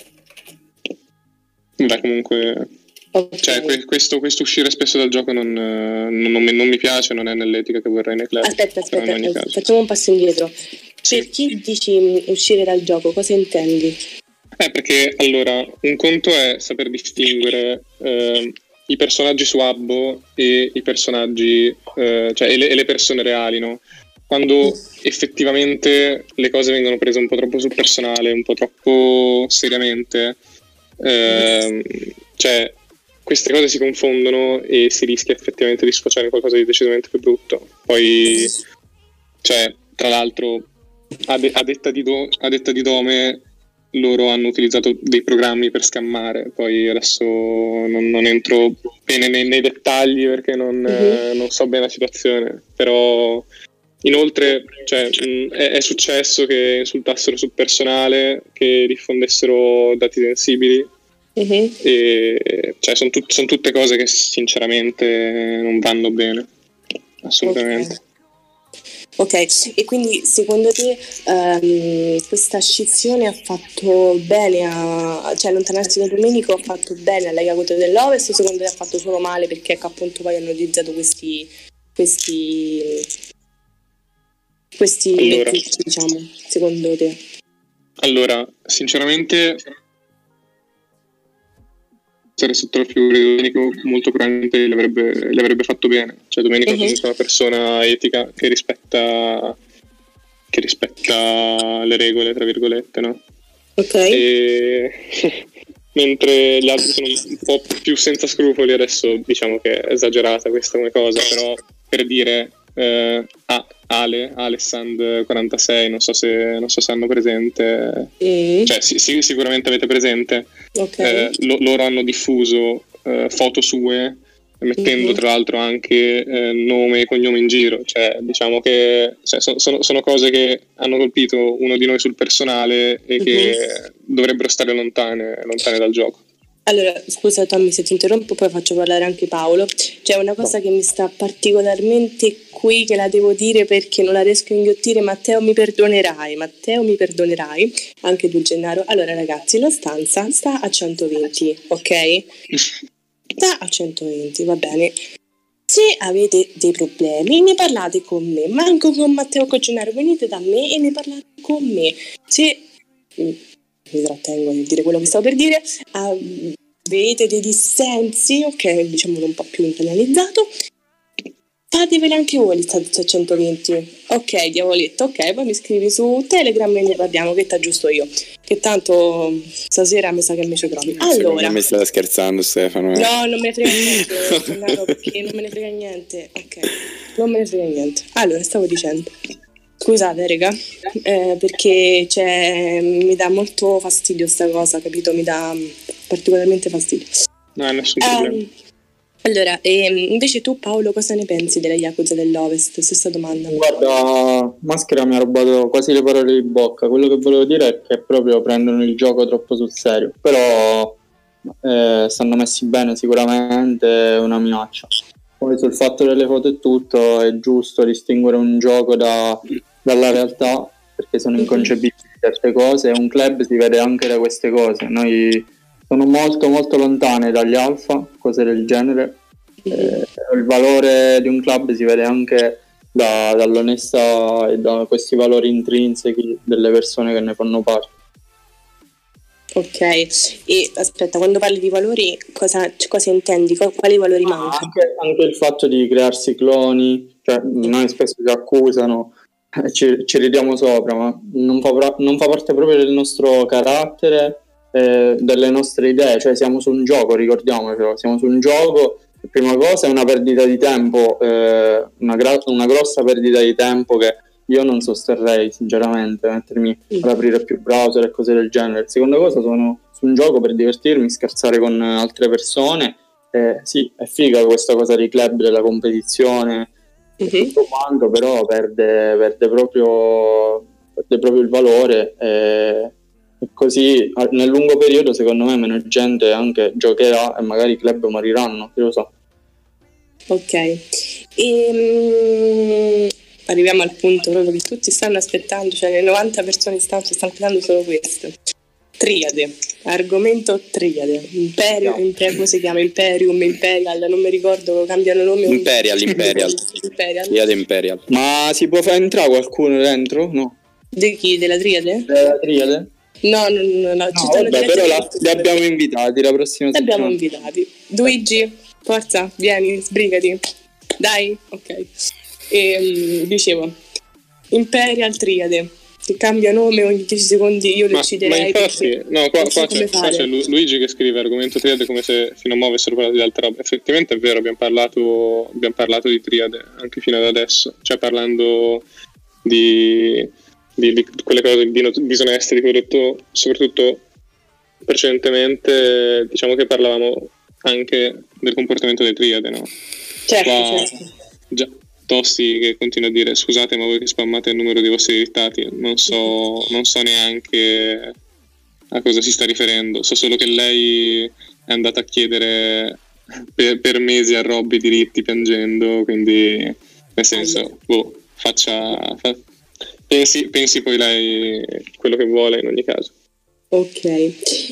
beh, comunque Ok. cioè, que- questo, questo uscire spesso dal gioco non, eh, non- non mi, non mi piace, non è nell'etica che vorrei nei club. Aspetta, però in aspetta, ogni eh, caso. facciamo un passo indietro. Sì. Per chi dici mh, uscire dal gioco, cosa intendi? Eh, perché allora, un conto è saper distinguere eh, i personaggi su Habbo e i personaggi, eh, cioè e le, e le persone reali, no? quando effettivamente le cose vengono prese un po' troppo sul personale, un po' troppo seriamente, ehm, cioè queste cose si confondono e si rischia effettivamente di sfociare in qualcosa di decisamente più brutto. Poi, cioè, tra l'altro, a, de- a, detta di do- a detta di Dome, loro hanno utilizzato dei programmi per scammare. Poi adesso non, non entro bene nei, nei dettagli perché non, Mhm. eh, non so bene la situazione, però inoltre cioè, mh, è, è successo che insultassero sul personale, che diffondessero dati sensibili. Mhm. E cioè sono tut- son tutte cose che sinceramente non vanno bene, assolutamente. Ok, e quindi secondo te ehm, questa scissione ha fatto bene a, cioè allontanarsi da Domenico ha fatto bene alla Yakuza dell'Ovest, o secondo te ha fatto solo male perché ecco, appunto poi hanno utilizzato questi questi questi Allora. mezzi, diciamo, secondo te? Allora, sinceramente stare sotto la figura di Domenico molto probabilmente le avrebbe, le avrebbe fatto bene. Cioè Domenico Mhm. è comunque una persona etica che rispetta che rispetta le regole, tra virgolette, no? Ok. E mentre gli altri sono un po' più senza scrupoli, adesso diciamo che è esagerata questa come cosa, però per dire eh, ah, Ale, Alessand quarantasei, non so se non so se hanno presente, Mm. cioè sì, sì, sicuramente avete presente. Ok. Eh, lo- loro hanno diffuso eh, foto sue mettendo Mhm. tra l'altro anche eh, nome e cognome in giro, cioè diciamo che cioè, so- sono, sono cose che hanno colpito uno di noi sul personale e che dovrebbero stare lontane, lontane dal gioco. Allora, scusa Tommy se ti interrompo, poi faccio parlare anche Paolo. C'è una cosa che mi sta particolarmente qui, che la devo dire perché non la riesco a inghiottire. Matteo mi perdonerai, Matteo mi perdonerai, anche tu Gennaro. Allora ragazzi, la stanza sta a centoventi, ok? Sta a centoventi, va bene. Se avete dei problemi ne parlate con me, manco con Matteo o con Gennaro, venite da me e ne parlate con me. Se mi trattengo nel dire quello che stavo per dire, avete dei dissensi, ok, diciamolo un po' più internalizzato, fatevene anche voi l'istanza centoventi, ok, diavoletto, ok, poi mi scrivi su Telegram e ne parliamo, che t'ha giusto io, che tanto stasera mi sa che mi ci provi. Allora, Non mi stai scherzando, Stefano? eh. no, non me ne frega niente, Gennaro, perché non me ne frega niente, ok, non me ne frega niente. Allora, stavo dicendo, scusate raga, eh, perché cioè, mi dà molto fastidio sta cosa, capito? Mi dà particolarmente fastidio. No, nessun Ehm, problema. allora, ehm, invece tu Paolo cosa ne pensi della Yakuza dell'Ovest? Stessa domanda. Guarda, Maschera mi ha rubato quasi le parole di bocca. Quello che volevo dire è che proprio prendono il gioco troppo sul serio. Però eh, stanno messi bene sicuramente, è una minaccia. Poi sul fatto delle foto e tutto è giusto distinguere un gioco da, dalla realtà, perché sono inconcepibili certe cose, e un club si vede anche da queste cose. Noi sono molto molto lontane dagli alfa, cose del genere. Eh, il valore di un club si vede anche da, dall'onestà e da questi valori intrinseci delle persone che ne fanno parte. Ok, e aspetta, quando parli di valori, cosa, cosa intendi? Qu- Quali valori mancano? Anche, anche il fatto di crearsi cloni, cioè noi spesso ci accusano, eh, ci, ci ridiamo sopra, ma non fa, pra- non fa parte proprio del nostro carattere, eh, delle nostre idee, cioè siamo su un gioco, ricordiamocelo, siamo su un gioco. Prima cosa è una perdita di tempo, eh, una, gra- una grossa perdita di tempo che io non sosterrei sinceramente, mettermi ad aprire più browser e cose del genere. Seconda cosa, sono su un gioco per divertirmi, scherzare con altre persone. Eh, sì, è figa questa cosa dei club, della competizione e tutto quanto, però perde, perde, proprio, perde proprio il valore, e, e così a- nel lungo periodo secondo me meno gente anche giocherà e magari i club moriranno, chi lo sa. Ok, e, arriviamo al punto proprio che tutti stanno aspettando, cioè le novanta persone stanno, stanno aspettando solo questo. Triade, argomento triade, Imperio, No. Imperio, come si chiama? Imperium, Imperial, non mi ricordo, cambiano nome. Imperial, Imperial. Imperial. Triade Imperial. Ma si può far entrare qualcuno dentro? No. Di chi? Della triade? Della triade? No, no, no, no, ci No, stanno vabbè, diversi però la, argomenti. li abbiamo invitati la prossima Li abbiamo settimana. invitati. Luigi, forza, vieni, sbrigati. Dai, ok. E, um, dicevo, Imperial Triade, che cambia nome ogni dieci secondi, io lo Ma, ucciderei. ma infatti, no, qua, non so qua, come c'è, qua fare. c'è Lu- Luigi che scrive argomento triade come se fino a mo' avessero parlato di altra roba. Effettivamente è vero, abbiamo parlato, abbiamo parlato di triade anche fino ad adesso, cioè parlando di, di, di quelle cose di disoneste di cui ho detto, soprattutto precedentemente, diciamo che parlavamo anche del comportamento delle triade, no? Certo, Qua, certo. già, Tosti che continua a dire scusate ma voi che spammate il numero dei vostri rittati, non so, non so neanche a cosa si sta riferendo, so solo che lei è andata a chiedere per, per mesi a Robby diritti piangendo, quindi nel senso, boh, faccia, fa, pensi, pensi poi lei quello che vuole in ogni caso. Ok, e,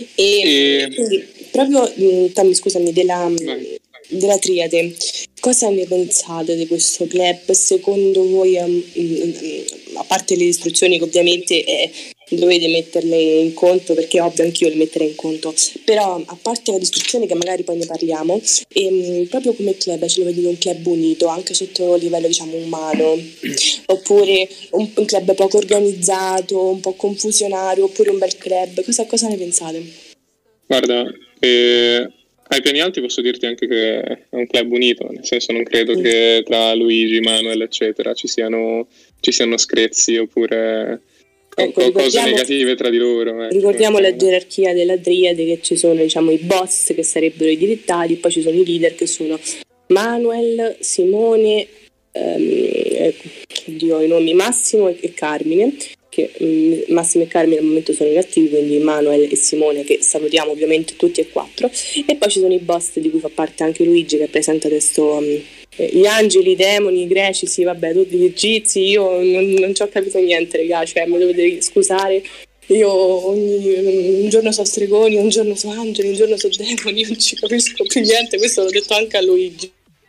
E- quindi proprio, mh, Tommy, scusami, della, Vai. della triade, cosa ne pensate di questo club? Secondo voi, um, mh, a parte le istruzioni che ovviamente eh, dovete metterle in conto, perché è ovvio anch'io le metterei in conto, però a parte la distruzione che magari poi ne parliamo, ehm, proprio come club ce lo vedete un club unito anche sotto livello diciamo umano, oppure un, un club poco organizzato, un po' confusionario, oppure un bel club, cosa, cosa ne pensate? Guarda, eh, ai piani alti posso dirti anche che è un club unito, nel senso non credo Mm. che tra Luigi, Manuel eccetera ci siano, ci siano screzi oppure co- Ecco, co- cose ricordiamo- negative tra di loro. ecco, Ricordiamo la mettiamola. gerarchia della triade, che ci sono diciamo i boss che sarebbero i direttari, poi ci sono i leader che sono Manuel, Simone, ehm, eh, oddio, i nomi Massimo e, e Carmine, che mh, Massimo e Carmine al momento sono inattivi, quindi Manuel e Simone che salutiamo ovviamente tutti e quattro, e poi ci sono i boss di cui fa parte anche Luigi che presenta adesso um, eh, gli angeli, i demoni, i greci, sì vabbè, tutti gli egizi, io non, non ci ho capito niente raga, cioè mi dovete scusare. Io ogni, un giorno so stregoni, un giorno so angeli, un giorno so demoni, io non ci capisco più niente, questo l'ho detto anche a Luigi.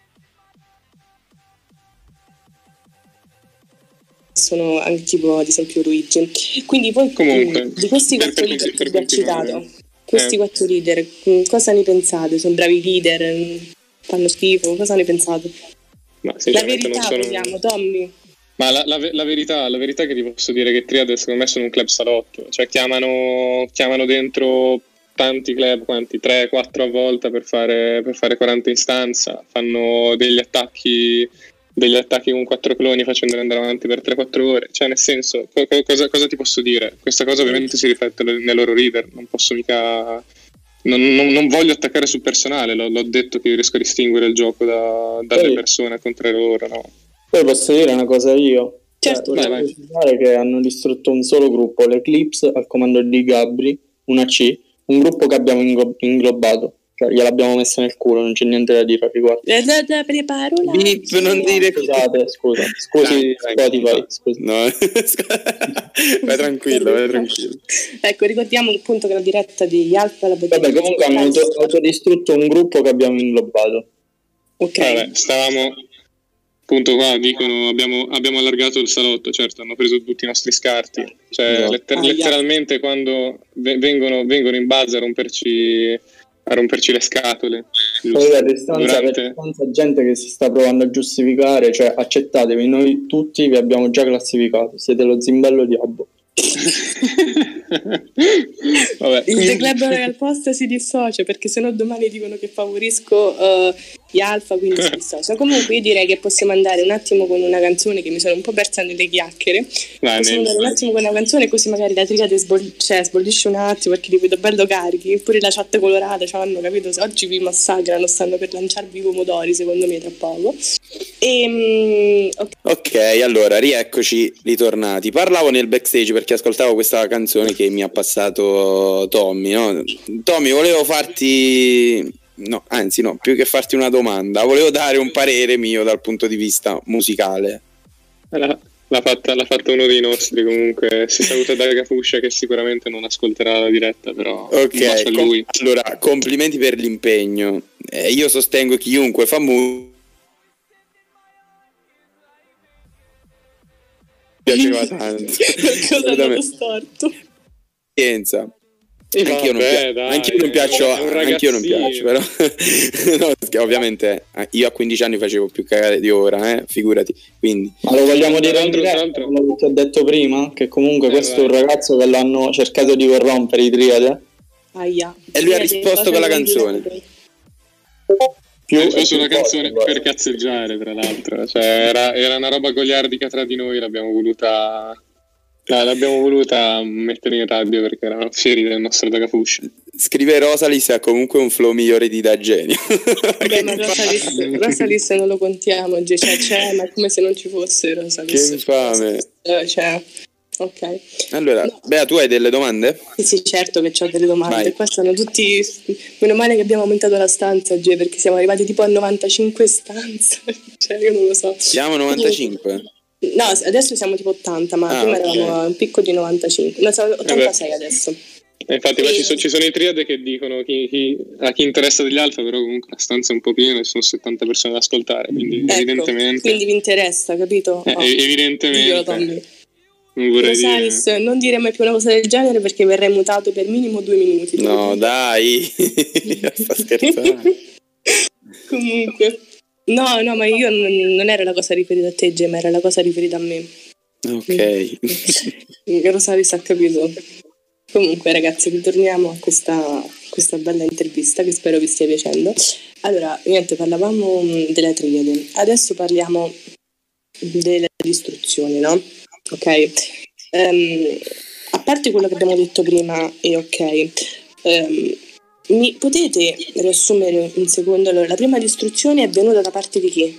Sono anche tipo ad esempio Luigi. Quindi voi Comunque, mh, di questi per- quattro per leader conti- che per vi ho continuare. citato, questi Eh. quattro leader, mh, cosa ne pensate? Sono bravi leader? Mh, Fanno schifo? Cosa ne pensate? Ma La sinceramente non verità sono... vogliamo, Tommy. Ma la, la ve- la verità, la verità è che ti posso dire che Triade secondo me sono un club salotto, cioè chiamano, chiamano dentro tanti club, quanti? tre quattro a volta per fare, per fare quaranta in stanza, fanno degli attacchi degli attacchi con quattro cloni facendoli andare avanti per tre quattro ore, cioè nel senso, co- co- cosa, cosa ti posso dire? Questa cosa ovviamente si riflette nei loro leader, non posso mica... Non, non- non voglio attaccare sul personale, l'ho, l'ho detto che io riesco a distinguere il gioco da- dalle Sì. persone, al contrario loro, no? Poi posso dire una cosa io? Certo, Cioè, vai, vai. voglio precisare che hanno distrutto un solo gruppo, l'Eclipse al comando di Gabri, una C, un gruppo che abbiamo inglo- inglobato, cioè gliel'abbiamo messa nel culo, non c'è niente da dire a riguardo. Da, da, da, preparo la... Beep, non dire Scusate, scusa, scusi Dai, Spotify, scusi. No, vai tranquillo, vai tranquillo. Ecco, ricordiamo appunto che la diretta di Alfa la potete Vabbè, comunque hanno auto- autodistrutto un gruppo che abbiamo inglobato. Ok. Vabbè, stavamo appunto qua, dicono abbiamo, abbiamo allargato il salotto, certo, hanno preso tutti i nostri scarti, cioè Esatto. letter- Aia. letteralmente quando ve- vengono, vengono in base a romperci, a romperci le scatole, giusto? Poi a distanza, per Durante... distanza gente che si sta provando a giustificare, cioè accettatevi, noi tutti vi abbiamo già classificato, siete lo zimbello di Abbo. Vabbè, Il comunque- The Club Royal Post si dissocia perché sennò domani dicono che favorisco eh, gli Alfa, quindi si dissocia. Comunque io direi che possiamo andare un attimo con una canzone, che mi sono un po' persa nelle chiacchiere. Vai, Possiamo Nel. andare un attimo con una canzone così magari la triade sbol- cioè, sbollisce un attimo, perché li vedo bello carichi. Pure la chat colorata, cioè, hanno capito, se oggi vi massacrano, stanno per lanciarvi i pomodori secondo me tra poco. E, ok. Ok, allora rieccoci ritornati. Parlavo nel backstage perché ascoltavo questa canzone che mi ha passato Tommy, no? Tommy, volevo farti, no, anzi no, più che farti una domanda, volevo dare un parere mio dal punto di vista musicale. L'ha, l'ha fatta, l'ha fatta uno dei nostri comunque, si saluta Daga Fuscia che sicuramente non ascolterà la diretta, però un bacio Ok, a com- lui. allora complimenti per l'impegno. Eh, io sostengo chiunque fa musica piaceva tanto. Cosa è andato Assolutamente. storto? Pazienza. E Anch'io non, vabbè, pia- dai, anch'io non è piaccio, un anch'io non ragazzino. piaccio, però no, perché ovviamente eh, io a quindici anni facevo più cagare di ora, eh, figurati. Quindi Ma lo vogliamo Tra dire in l'altro- tra diretta, l'altro- quello che ti ho detto prima, che comunque Eh, questo è un vai. ragazzo che l'hanno cercato di corrompere i Triade. Aia. E lui ha Triade, risposto con la cosa canzone. vuol dire? Più Eh, fosse una più canzone forte, per cazzeggiare, tra l'altro. Cioè, era, era una roba goliardica tra di noi, l'abbiamo voluta. eh, L'abbiamo voluta mettere in radio perché eravamo fieri del nostro Dagafuscia. Scrive Rosalis ha comunque un flow migliore di Da Genio. Beh, ma Rosalis, Rosalis non lo contiamo oggi, cioè c'è, ma è come se non ci fosse Rosalis. Che infame. Eh, Cioè, ok. Allora, No. Bea, tu hai delle domande? Sì, sì, certo che ho delle domande. Vai. Qua sono tutti. Meno male che abbiamo aumentato la stanza oggi perché siamo arrivati tipo a novantacinque stanze. Cioè, io non lo so. Siamo novantacinque? No, adesso siamo tipo ottanta, ma Ah, prima ok. eravamo a un picco di novantacinque. No, siamo ottantasei adesso. E infatti qua Sì. ci, so- ci sono i triade che dicono chi, chi- a chi interessa degli alfa, però comunque la stanza è un po' piena e ci sono settanta persone da ascoltare, quindi Ecco, evidentemente, quindi vi interessa, capito? eh, Oh, evidentemente diglielo, Tommy. non vorrei dire. Rosalis, non dire mai più una cosa del genere perché verrai mutato per minimo due minuti. No, dai. Sta scherzando. Comunque, no, no, ma io non, non era la cosa riferita a te, Gemma, era la cosa riferita a me. Ok. Rosalis ha capito. Comunque, ragazzi, ritorniamo a questa, questa bella intervista che spero vi stia piacendo. Allora, niente, parlavamo mh, della triade, adesso parliamo della distruzione, no? Ok. Ehm, a parte quello che abbiamo detto prima, e ok. ehm, mi potete riassumere un secondo? Allora, la prima distruzione è venuta da parte di chi?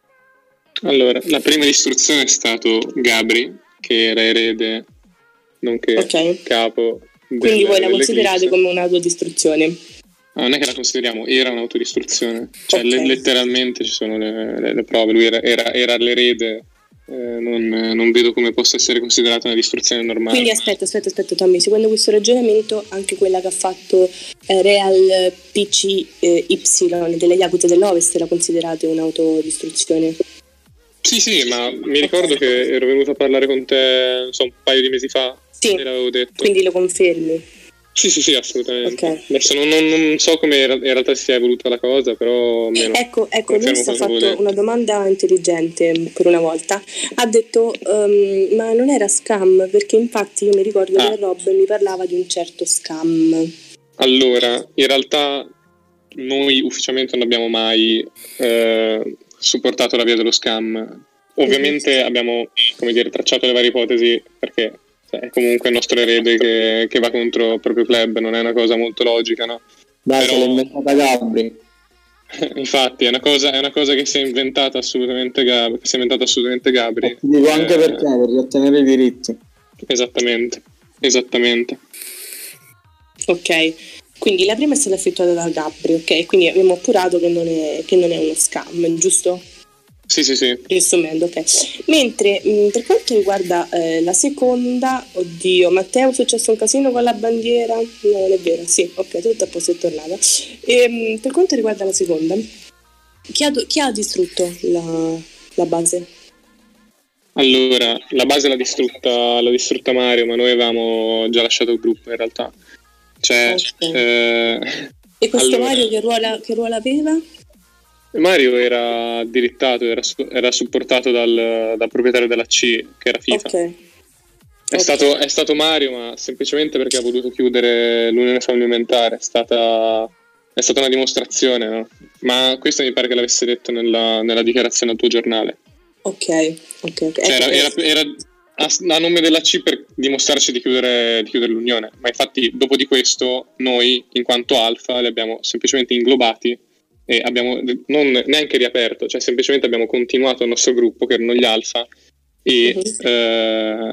Allora, la prima distruzione è stato Gabri, che era erede, nonché Ok. capo. Quindi del- voi la considerate dell'Eclipse. come un'autodistruzione? Ah, non è che la consideriamo, era un'autodistruzione. Cioè, Ok. le- letteralmente ci sono le, le- le prove. Lui era, era, era l'erede. eh, non, non vedo come possa essere considerata una distruzione normale. Quindi aspetta, aspetta, aspetta Tommy, seguendo questo ragionamento anche quella che ha fatto eh, Real P C eh, Y delle Yakuza dell'Ovest la considerate un'autodistruzione? Sì, sì, ma mi ricordo che ero venuto a parlare con te, non so, un paio di mesi fa. Sì, E l'avevo detto. quindi lo confermi. Sì, sì, sì, assolutamente. Ok. Adesso non, non- non so come in in realtà si sia evoluta la cosa, però almeno Ecco, ecco, lui confermo ha cosa avevo fatto detto. una domanda intelligente per una volta. Ha detto, ehm, ma non era scam? Perché infatti io mi ricordo Ah. che Rob mi parlava di un certo scam. Allora, in realtà noi ufficialmente non abbiamo mai eh, supportato la via dello scam. Ovviamente abbiamo, come dire, tracciato le varie ipotesi perché cioè, è comunque il nostro erede che, che va contro il proprio club, non è una cosa molto logica, no? Dai, Però- se l'ha inventata Gabri. Infatti è una cosa, è una cosa che si è inventata assolutamente Gabri, che si è inventata assolutamente Gabri. E ti dico anche Eh, perché, per riottenere i diritti. Esattamente, esattamente. Ok, quindi la prima è stata effettuata da Gabri, ok? Quindi abbiamo appurato che non è, che non è uno scam, giusto? Sì, sì, sì. Riassumendo, ok. Mentre mh, per quanto riguarda eh, la seconda, oddio, Matteo, è successo un casino con la bandiera? No, non è vero, sì, ok, tutto a posto, è tornata. E, mh, per quanto riguarda la seconda, chi ha, chi ha distrutto la, la base? Allora, la base l'ha distrutta, l'ha distrutta Mario, ma noi avevamo già lasciato il gruppo in realtà. Cioè, Ok. eh, E questo allora, Mario che ruolo, che ruolo aveva? Mario era dirittato, era, su- era supportato dal, dal proprietario della C, che era FIFA. Ok. È, ok. stato, è stato Mario, ma semplicemente perché ha voluto chiudere l'unione fallimentare. È stata, è stata una dimostrazione, no? Ma questo mi pare che l'avesse detto nella, nella dichiarazione al tuo giornale. Ok, ok, ok. Cioè, era, Ecco, era- era a, a nome della C per dimostrarci di chiudere, di chiudere l'unione. Ma infatti, dopo di questo, noi, in quanto Alfa, li abbiamo semplicemente inglobati e abbiamo non neanche riaperto, cioè semplicemente abbiamo continuato il nostro gruppo, che erano gli Alfa, e, Mhm. eh,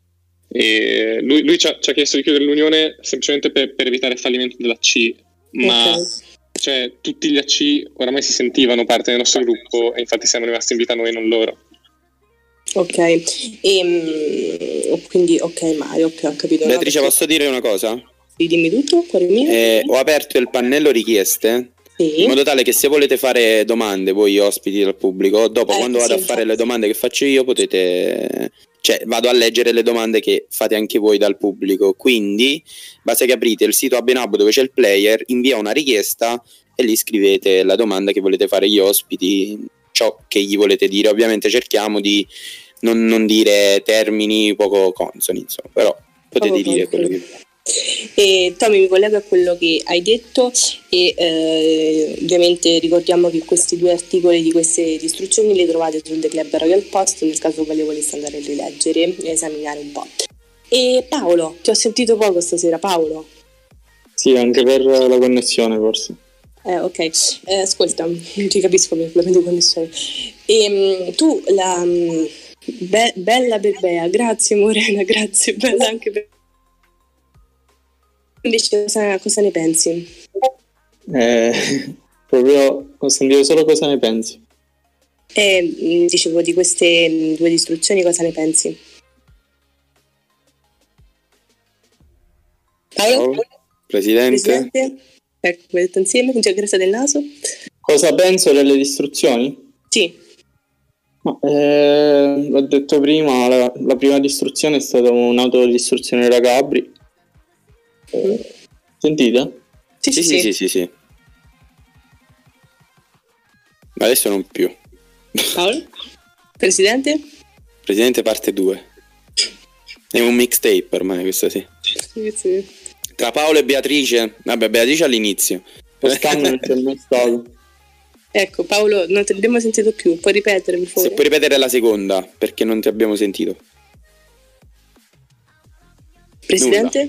e lui, lui ci, ha, ci ha chiesto di chiudere l'unione semplicemente per, per evitare il fallimento della C. Ma ok. cioè, tutti gli A C oramai si sentivano parte del nostro gruppo e infatti siamo rimasti in vita noi, non loro. Ok, e, mm, quindi ok Mario, ok, ho capito. no, Beatrice, perché- posso dire una cosa? Sì, dimmi tutto, cuore mio. Eh, ho aperto il pannello richieste Sì. in modo tale che se volete fare domande voi ospiti del pubblico, dopo Eh, quando vado sì, a fare infatti. le domande che faccio io potete cioè vado a leggere le domande che fate anche voi dal pubblico, quindi basta che aprite il sito Abenab dove c'è il player, invia una richiesta e lì scrivete la domanda che volete fare agli ospiti, ciò che gli volete dire. Ovviamente cerchiamo di non, non dire termini poco consoni, insomma, però potete Poco dire quello consoni. che... E Tommy, mi collego a quello che hai detto e eh, ovviamente ricordiamo che questi due articoli di queste istruzioni li trovate sul The Club Royal Post nel caso ve le voleste andare a rileggere e esaminare un po'. E Paolo, ti ho sentito poco stasera, Paolo. Sì, anche per la connessione forse. Eh, ok, eh, ascolta, non ti capisco per problemi di connessione. E, tu, la mm, be- bella Bebea, grazie Morena, grazie, bella anche per... Invece cosa, cosa ne pensi? Eh, proprio ho sentito solo cosa ne pensi. E mm, dicevo di queste mm, due istruzioni cosa ne pensi? Paolo? Paolo? Presidente? Presidente? Ecco, vedete insieme, con grazie del naso? Cosa penso delle istruzioni? Sì. Ma, eh, l'ho detto prima, la, la prima distruzione è stata un'autodistruzione da Gabri. Eh, sentite? Sì, Sì, sì, sì, sì, sì. Ma adesso non più. Paolo? Presidente? Presidente parte due. È un mixtape ormai questo, sì. Sì, sì. Tra Paolo e Beatrice. Vabbè, Beatrice all'inizio. Quest'anno non c'è mai stato. Ecco, Paolo, non ti abbiamo sentito più. Puoi ripetere, per favore? Se puoi ripetere la seconda, perché non ti abbiamo sentito. Presidente?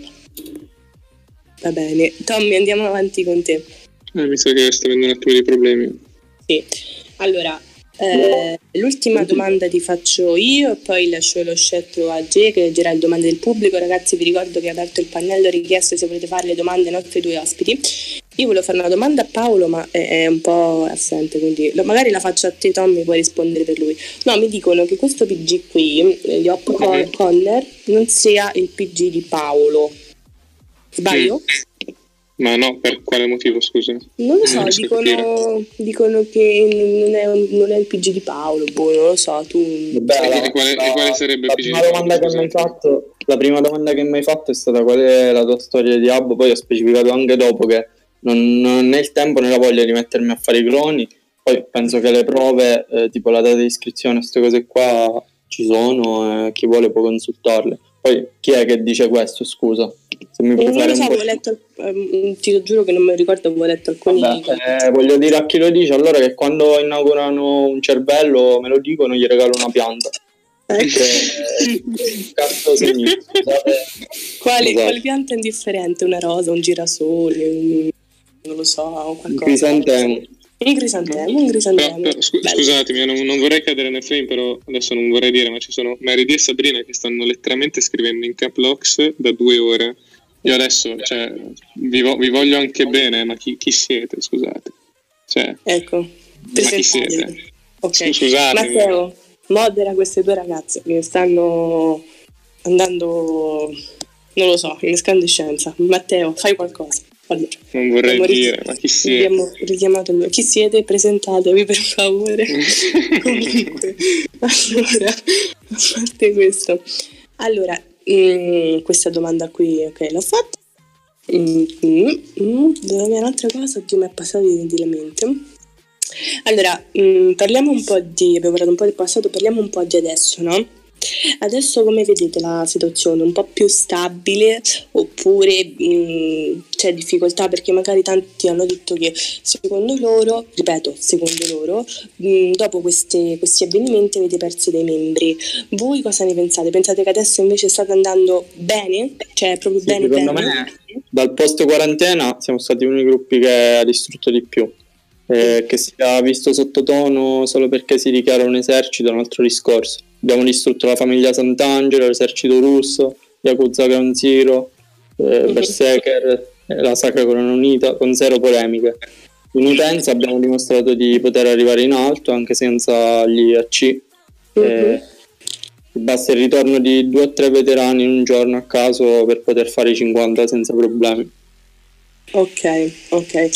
Va bene. Tommy, andiamo avanti con te. Eh, mi sa che sto avendo un attimo di problemi. Sì. Allora, eh, l'ultima domanda ti faccio io e poi lascio lo scettro a G che leggerà le domande del pubblico. Ragazzi, vi ricordo che è aperto il pannello richieste se volete fare le domande ai nostri due ospiti. Io volevo fare una domanda a Paolo, ma è, è un po' assente, quindi lo- magari la faccio a te, Tommy, puoi rispondere per lui. No, mi dicono che questo P G qui, eh, di Hop Con- Conner, non sia il P G di Paolo. Sbaglio? Ma no, per quale motivo, scusa? Non lo so, Non riesco a capire. dicono, dicono che non è, un- non è il P G di Paolo, boh, non lo so, tu... Vabbè, E quale- e quale sarebbe il la P G prima di domanda Paolo, che mi hai scusate? fatto, la prima domanda che mi hai fatto è stata qual è la tua storia di Abbo, poi ho specificato anche dopo che non, non né il tempo né la voglia di mettermi a fare i cloni, poi penso che le prove, eh, tipo la data di iscrizione, queste cose qua ci sono e chi vuole può consultarle. Poi chi è che dice questo, scusa? Se mi puoi Non fare lo un so, po'. avevo letto, ehm, ti giuro che non mi ricordo, avevo letto alcuni... Vabbè, eh, voglio dire a chi lo dice allora che quando inaugurano un cervello me lo dicono, gli regalo una pianta. Ecco. Che cazzo significa? Scusate. Quali, Esatto. quali pianta è indifferente? Una rosa, un girasole, un- non lo so, Un qualcosa. crisantemo. Un crisantemo, un Però, crisantemo. però, scu- Bello. scusatemi, non, non vorrei cadere nel frame, però adesso non vorrei dire, ma ci sono Mary D e Sabrina che stanno letteralmente scrivendo in cap locks da due ore. Io adesso, cioè, vi, vo- vi voglio anche bene, ma chi, chi siete, scusate? Cioè, Ecco, ma chi presentatevi. siete? Ok. Scusatemi. Matteo, modera queste due ragazze che stanno andando, non lo so, in escandescenza. Matteo, fai qualcosa. Allora, Non vorrei abbiamo ri- dire, ma chi siete? abbiamo richiamato il- chi siete? Presentatevi per favore. Comunque, allora, a parte questo, allora, mm, questa domanda qui, ok, l'ho fatta. Mm, mm, mm, dove avere un'altra cosa che mi è passata di, di la mente. Allora, mm, parliamo un po' di, abbiamo parlato un po' del passato, parliamo un po' di adesso, no? Adesso come vedete la situazione? Un po' più stabile oppure mh, c'è difficoltà? Perché magari tanti hanno detto che secondo loro, ripeto, secondo loro, mh, dopo queste- questi avvenimenti avete perso dei membri. Voi cosa ne pensate? Pensate che adesso invece state andando bene? Cioè proprio Sì, bene secondo bene? me dal post quarantena siamo stati uno dei gruppi che ha distrutto di più. Eh, che sia visto sottotono solo perché si dichiara un esercito è un altro discorso. Abbiamo distrutto la famiglia Sant'Angelo, l'esercito russo, Yakuza Ground Zero, eh, Berserker, eh, la Sacra Corona Unita, con zero polemiche. In utenza abbiamo dimostrato di poter arrivare in alto anche senza gli A C. Eh, basta il ritorno di due o tre veterani in un giorno a caso per poter fare i cinquanta senza problemi. Ok, ok.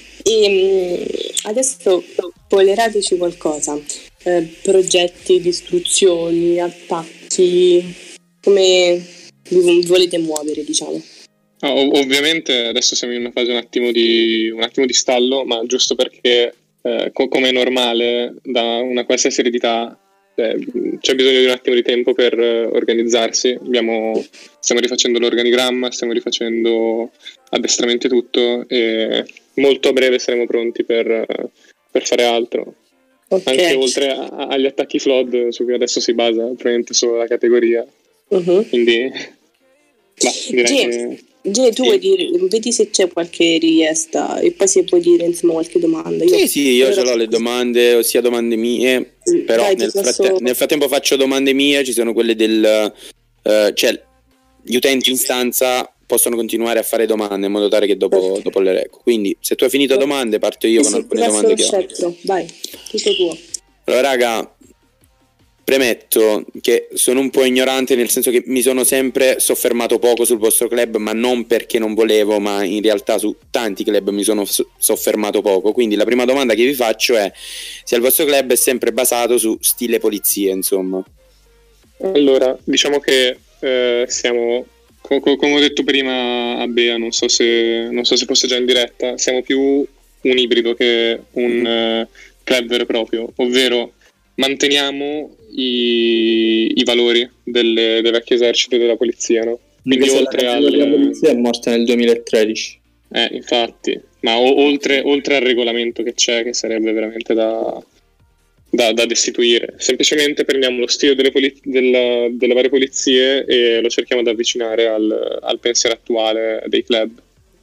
E, adesso spoilerateci qualcosa. Eh, progetti di istruzioni, attacchi, Sì, come vi volete muovere, diciamo. Ah, ov- ovviamente adesso siamo in una fase un attimo di, un attimo di stallo, ma giusto perché eh, co- come è normale da una qualsiasi eredità eh, c'è bisogno di un attimo di tempo per eh, organizzarsi. Abbiamo, stiamo rifacendo l'organigramma, stiamo rifacendo addestramenti e tutto, e molto a breve saremo pronti per, eh, per fare altro. Okay. Anche oltre a- agli attacchi flood su cui adesso si basa probabilmente solo la categoria. Uh-huh. Quindi bah, direi G, che G, tu sì. vuoi dire, vedi se c'è qualche richiesta e poi se puoi dire insomma qualche domanda. Io, Sì, sì, io allora, ce l'ho le domande, ossia domande mie, Sì, però vai, ti nel, passo- fratte- nel frattempo faccio domande mie, ci sono quelle del... eh, cioè, gli utenti in stanza possono continuare a fare domande in modo tale che dopo, Ok. dopo le leggo. Quindi, se tu hai finito domande, parto io Sì, con sì, alcune ti passo domande lo che ho. scettro, vai, tutto tuo. Allora, raga, premetto che sono un po' ignorante, nel senso che mi sono sempre soffermato poco sul vostro club, ma non perché non volevo, ma in realtà su tanti club mi sono so- soffermato poco. Quindi la prima domanda che vi faccio è se il vostro club è sempre basato su stile polizie, insomma. Allora, diciamo che eh, siamo, co- co- come ho detto prima a Bea, non so se non so se fosse già in diretta, siamo più un ibrido che un eh, club vero e proprio, ovvero manteniamo i, i valori delle, dei vecchi eserciti della polizia, no? Quindi Anche se oltre la al... della polizia è morta nel duemilatredici. Eh, infatti, ma o- oltre, oltre al regolamento che c'è, che sarebbe veramente da, da, da destituire, semplicemente prendiamo lo stile delle, poli- della- delle varie polizie e lo cerchiamo di avvicinare al, al pensiero attuale dei club.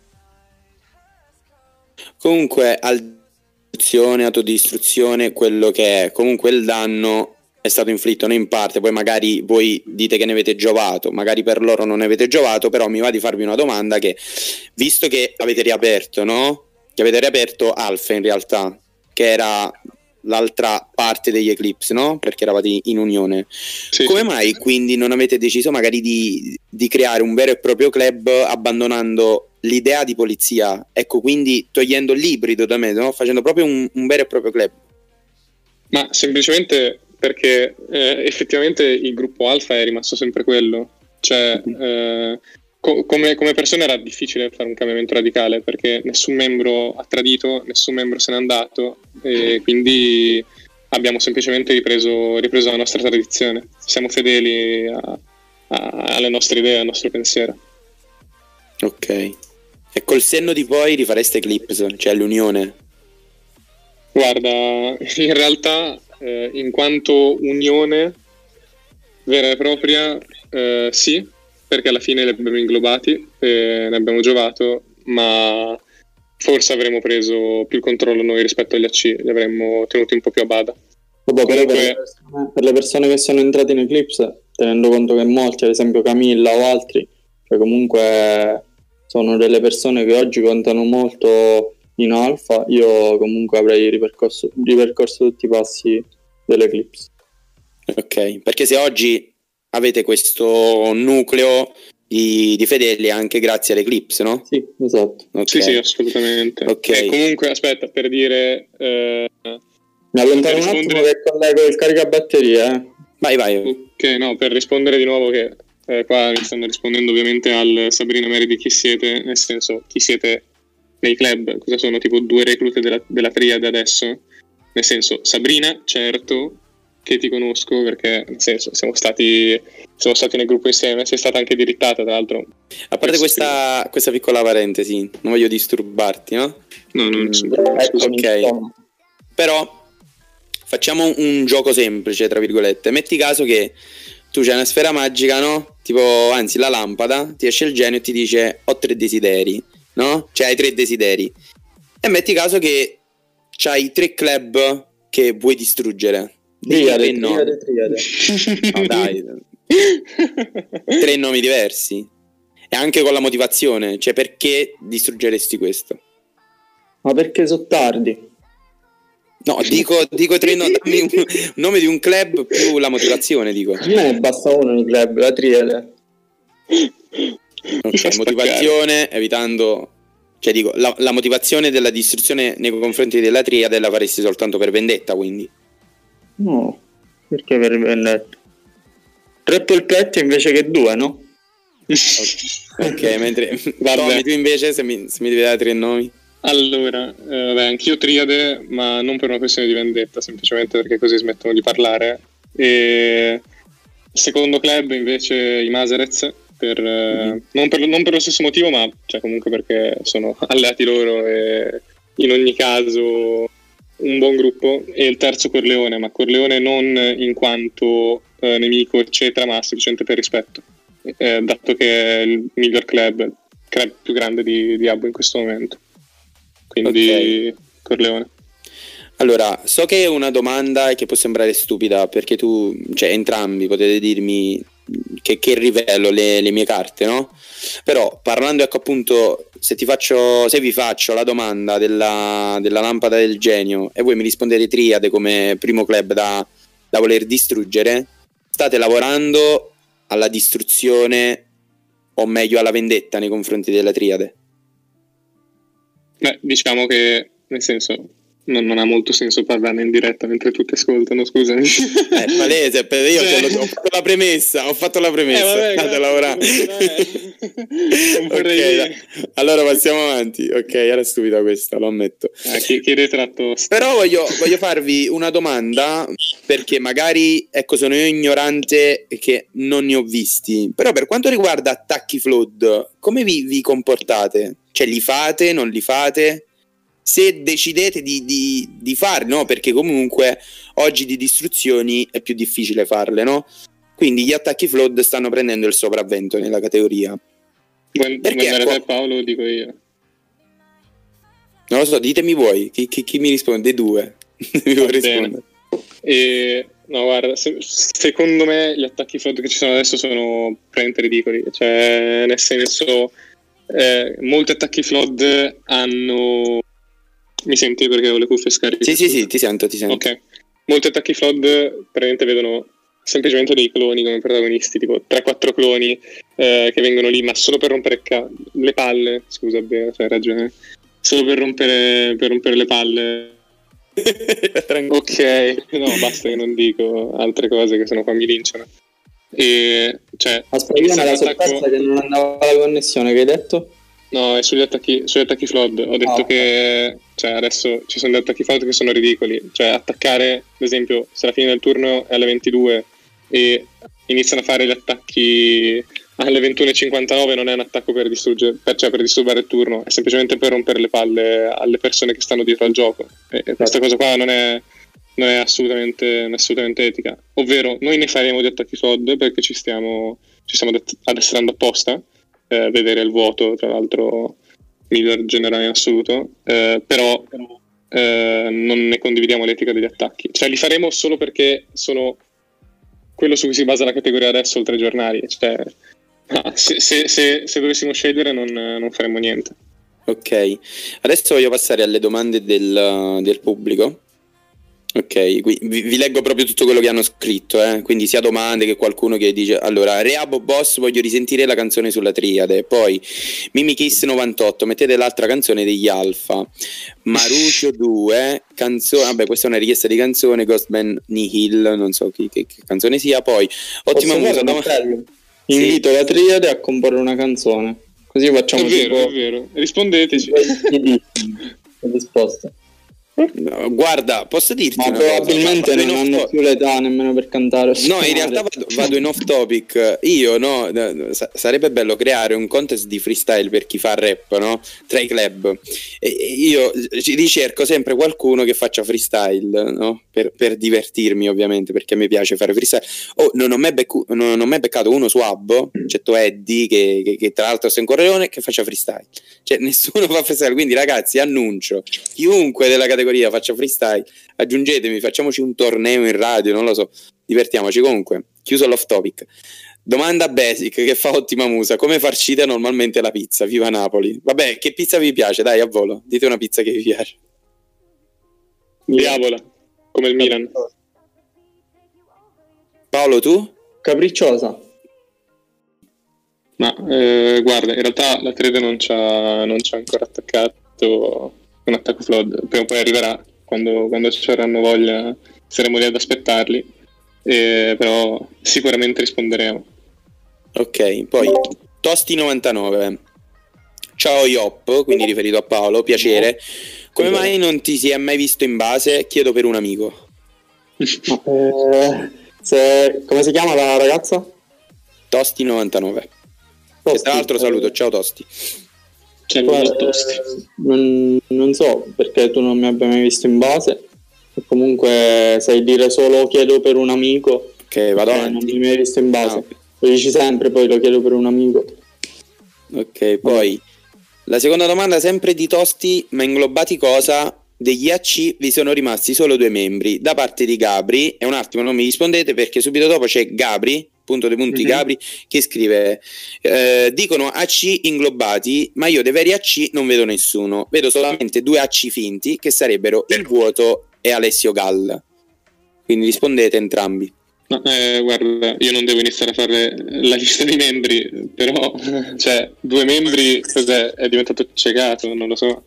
Comunque, al autodistruzione, quello che è, comunque il danno è stato inflitto non in parte, poi magari voi dite che ne avete giovato, magari per loro non ne avete giovato, però mi va di farvi una domanda che, visto che avete riaperto, no? Che avete riaperto Alpha in realtà, che era l'altra parte degli Eclipse, no? Perché eravate in unione. Sì, Come sì. mai quindi non avete deciso magari di, di creare un vero e proprio club abbandonando l'idea di polizia, ecco, quindi togliendo l'ibrido da me, no? Facendo proprio un, un vero e proprio club? Ma semplicemente perché eh, effettivamente il gruppo Alfa è rimasto sempre quello, cioè eh, co- come, come persona era difficile fare un cambiamento radicale perché nessun membro ha tradito, nessun membro se n'è andato e quindi abbiamo semplicemente ripreso, ripreso la nostra tradizione, siamo fedeli a- a- alle nostre idee, al nostro pensiero. Ok. E col senno di poi rifareste Eclipse, cioè l'unione? Guarda, in realtà eh, in quanto unione vera e propria eh, sì, perché alla fine li abbiamo inglobati e ne abbiamo giovato, ma forse avremmo preso più il controllo noi rispetto agli A C, li avremmo tenuti un po' più a bada. Dopo, però, per, Comunque- le persone, per le persone che sono entrate in Eclipse, tenendo conto che molti, ad esempio Camilla o altri, che comunque sono delle persone che oggi contano molto in Alpha, io comunque avrei ripercorso, ripercorso tutti i passi dell'Eclipse. Ok, perché se oggi avete questo nucleo di, di fedeli anche grazie all'Eclipse, no? Sì, esatto. Ok. Sì, sì, assolutamente. Ok. E comunque, aspetta, per dire... eh, Mi allontano Per un attimo rispondere- che collego il caricabatterie, eh. Vai, vai. Ok, no, per rispondere di nuovo che eh, qua mi stanno rispondendo ovviamente al Sabrina Mary di chi siete, nel senso chi siete nei club, cosa sono tipo due reclute della, della triade adesso, nel senso Sabrina certo che ti conosco perché nel senso siamo stati siamo stati nel gruppo insieme, sei stata anche dirittata tra l'altro. A parte questa, questa piccola parentesi, non voglio disturbarti, no? No, no, Mm, nessun problema, scusa. Eccomi, ok. insomma. Però facciamo un gioco semplice, tra virgolette. Metti caso che tu c'hai una sfera magica, no? Tipo, anzi, la lampada, ti esce il genio e ti dice ho tre desideri, no? Cioè hai tre desideri. E metti caso che c'hai tre club che vuoi distruggere. Triade, Tre nomi. triade, triade. No, dai. Tre nomi diversi. E anche con la motivazione, cioè perché distruggeresti questo? Ma perché so tardi? No, dico, dico tre no, dammi un nome di un club più la motivazione, dico. A me basta uno nel club, la triade. Ok, motivazione, evitando... Cioè dico, la, la motivazione della distruzione nei confronti della triade la faresti soltanto per vendetta, quindi. No, perché per vendetta? Tre polpetti invece che due, no? Ok, mentre Tommy, tu invece se mi, se mi devi dare tre nomi. Allora, eh, vabbè, anch'io triade, ma non per una questione di vendetta, semplicemente perché così smettono di parlare. E secondo club invece i Mazerez, per, mm-hmm. non, per, non per lo stesso motivo, ma cioè, comunque perché sono alleati loro e in ogni caso un buon gruppo. E il terzo Corleone, ma Corleone non in quanto eh, nemico eccetera, ma semplicemente per rispetto, eh, dato che è il miglior club, il club più grande di, di Abbo in questo momento. Quindi okay. Corleone. Allora, so che è una domanda che può sembrare stupida, perché tu, cioè entrambi potete dirmi che, che rivelo le, le mie carte, no? Però parlando, ecco, appunto, se ti faccio, se vi faccio la domanda della, della lampada del genio e voi mi rispondete Triade come primo club da, da voler distruggere, state lavorando alla distruzione o meglio alla vendetta nei confronti della Triade? Beh, diciamo che, nel senso, non, non ha molto senso parlarne in diretta mentre tutti ascoltano, scusami. È palese, per io cioè... ho fatto la premessa, ho fatto la premessa. Eh, vabbè, grazie, non vorrei okay, dire. Allora passiamo avanti. Ok, era stupida questa, lo ammetto. Ah, chi, chi ritratto? Però voglio, voglio farvi una domanda, perché magari, ecco, sono io ignorante che non ne ho visti. Però per quanto riguarda attacchi flood, come vi, vi comportate? Cioè li fate, non li fate? Se decidete di, di, di farli, no? Perché comunque oggi di distruzioni è più difficile farle, no? Quindi gli attacchi flood stanno prendendo il sopravvento nella categoria. Vuoi andare te, Paolo, o dico io? Non lo so, ditemi voi, chi, chi, chi mi risponde? Dei due. Mi vuoi rispondere? E, no, guarda, se, secondo me gli attacchi flood che ci sono adesso sono praticamente ridicoli. Cioè, nel senso... Eh, molti attacchi flood hanno... Mi senti perché ho le cuffie scariche? Sì, sì, sì, ti sento, ti sento. Ok. Molti attacchi flood praticamente vedono semplicemente dei cloni come protagonisti, tipo tre quattro cloni eh, che vengono lì, ma solo per rompere ca- le palle. Scusa, beh, hai ragione. Solo per rompere, per rompere le palle. Ok, no, basta che non dico altre cose che sennò qua mi linciano. E cioè, aspetta, ma la sorpresa che non andava la connessione, che hai detto? No, è sugli attacchi, sugli attacchi flood. Ho detto ah, che okay. Cioè adesso ci sono degli attacchi flood che sono ridicoli. Cioè attaccare, ad esempio, se la fine del turno è alle ventidue e iniziano a fare gli attacchi alle ventuno e cinquantanove, non è un attacco per distruggere, per, cioè per disturbare il turno, è semplicemente per rompere le palle alle persone che stanno dietro al gioco. E, e questa cosa qua non è non è assolutamente, non è assolutamente etica. Ovvero, noi ne faremo di attacchi flood perché ci stiamo ci stiamo addestrando apposta, eh, vedere il vuoto, tra l'altro miglior generale in assoluto, eh, però eh, non ne condividiamo l'etica degli attacchi. Cioè li faremo solo perché sono quello su cui si basa la categoria adesso, oltre ai giornali. Cioè, ah, se, se, se, se dovessimo scegliere non, non faremo niente. Ok, adesso voglio passare alle domande del, del pubblico. Ok, vi, vi leggo proprio tutto quello che hanno scritto, eh? Quindi sia domande che qualcuno che dice: allora, Reabo Boss, voglio risentire la canzone sulla Triade. Poi Mimikiss novantotto, mettete l'altra canzone degli Alfa. Maruccio due, canzone, vabbè, questa è una richiesta di canzone. Ghostman Nihil, non so chi, che, che canzone sia. Poi ottima musica, dom- invito sì. la Triade a comporre una canzone, così facciamo è vero, tipo... è vero, rispondeteci. Risposta. No, guarda, posso dirti ma una probabilmente cosa? non hanno top. più l'età nemmeno per cantare. No, in realtà vado, vado in off topic. Io no, sarebbe bello creare un contest di freestyle per chi fa rap, no? Tra i club. E io ricerco sempre qualcuno che faccia freestyle, no? Per, per divertirmi, ovviamente, perché mi piace fare freestyle. Oh, non ho mai, beccu- non ho mai beccato uno su Abbo, eccetto Eddie, che, che, che tra l'altro è un corleone, che faccia freestyle. Cioè, nessuno fa freestyle. Quindi, ragazzi, annuncio: chiunque della categoria faccia freestyle, aggiungetemi, facciamoci un torneo in radio, non lo so, divertiamoci. Comunque, chiuso l'off topic. Domanda basic che fa ottima musa: come farcite normalmente la pizza? Viva Napoli. Vabbè, che pizza vi piace? Dai, a volo, dite una pizza che vi piace. Diavola, come il Milan. Paolo, tu? Capricciosa. Ma eh, guarda, in realtà la Trade non c'ha, non c'ha ancora attaccato un attacco flood, prima o poi arriverà, quando, quando ci saranno voglia saremo lì ad aspettarli. eh, però sicuramente risponderemo. Ok, poi Tosti novantanove. Ciao Iop, quindi riferito a Paolo, piacere. Come mai non ti si è mai visto in base? Chiedo per un amico. Eh, se, come si chiama la ragazza? Tosti novantanove. Tosti, E tra l'altro saluto, eh, ciao Tosti. C'è guarda, Tosti. eh, non, non so perché tu non mi abbia mai visto in base. E comunque sai dire solo chiedo per un amico. Ok, vado eh, avanti. non mi hai mai visto in base. Ah, Lo dici sempre, poi lo chiedo per un amico. ok, poi la seconda domanda sempre di Tosti, ma inglobati cosa? Degli A C vi sono rimasti solo due membri da parte di Gabri, e un attimo non mi rispondete perché subito dopo c'è Gabri, punto dei punti, Mhm. Gabri, che scrive eh, dicono A C inglobati, ma io dei veri A C non vedo nessuno, vedo solamente due A C finti che sarebbero Il Vuoto e Alessio Gall, quindi rispondete entrambi. No, eh, guarda, io non devo iniziare a fare la lista dei membri, però, cioè, due membri, cos'è? È diventato ciecato, non lo so.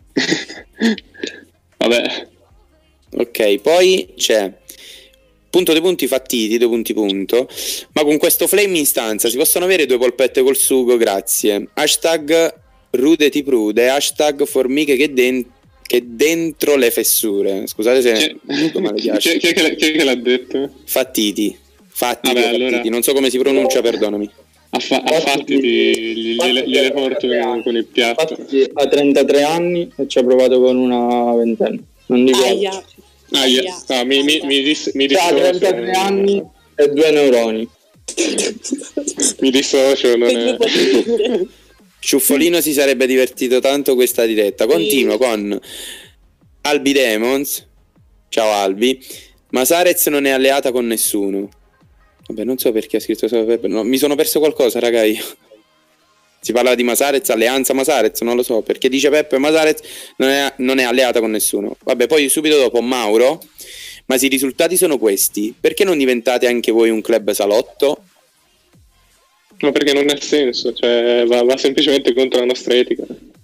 Vabbè, Ok, poi c'è punto dei punti fattiti, due punti punto, ma con questo flame in stanza si possono avere due polpette col sugo, grazie. Hashtag rude ti prude, hashtag formiche che, den- che dentro le fessure. Scusate se chi, dico male chi, di hashtag. chi, è che l'ha- chi è che l'ha detto? Fattiti, fattiti, Vabbè, o fattiti. allora- Non so come si pronuncia, perdonami. A, fa- a fatti di, gliele, gliele porto con il piatto. Infatti ha trentatré anni e ci ha provato con una ventenne. Non dico altro. Aia. Ah, yeah. No, mi, mi, mi, dis- mi Cioè, ha dissocio. trentatré anni e due neuroni. Mi dissocio, non è... Ciuffolino si sarebbe divertito tanto questa diretta. Continuo Sì. con Albi Demons. Ciao Albi. Masarez non è alleata con nessuno. Vabbè, non so perché ha scritto solo Peppe. No, mi sono perso qualcosa, raga, io. Si parla di Masarez, alleanza Masarez, non lo so, perché dice Peppe Masarez non è, non è alleata con nessuno. Vabbè, poi subito dopo Mauro. Ma se i risultati sono questi, perché non diventate anche voi un club salotto? Ma perché non ha senso, cioè va, va semplicemente contro la nostra etica.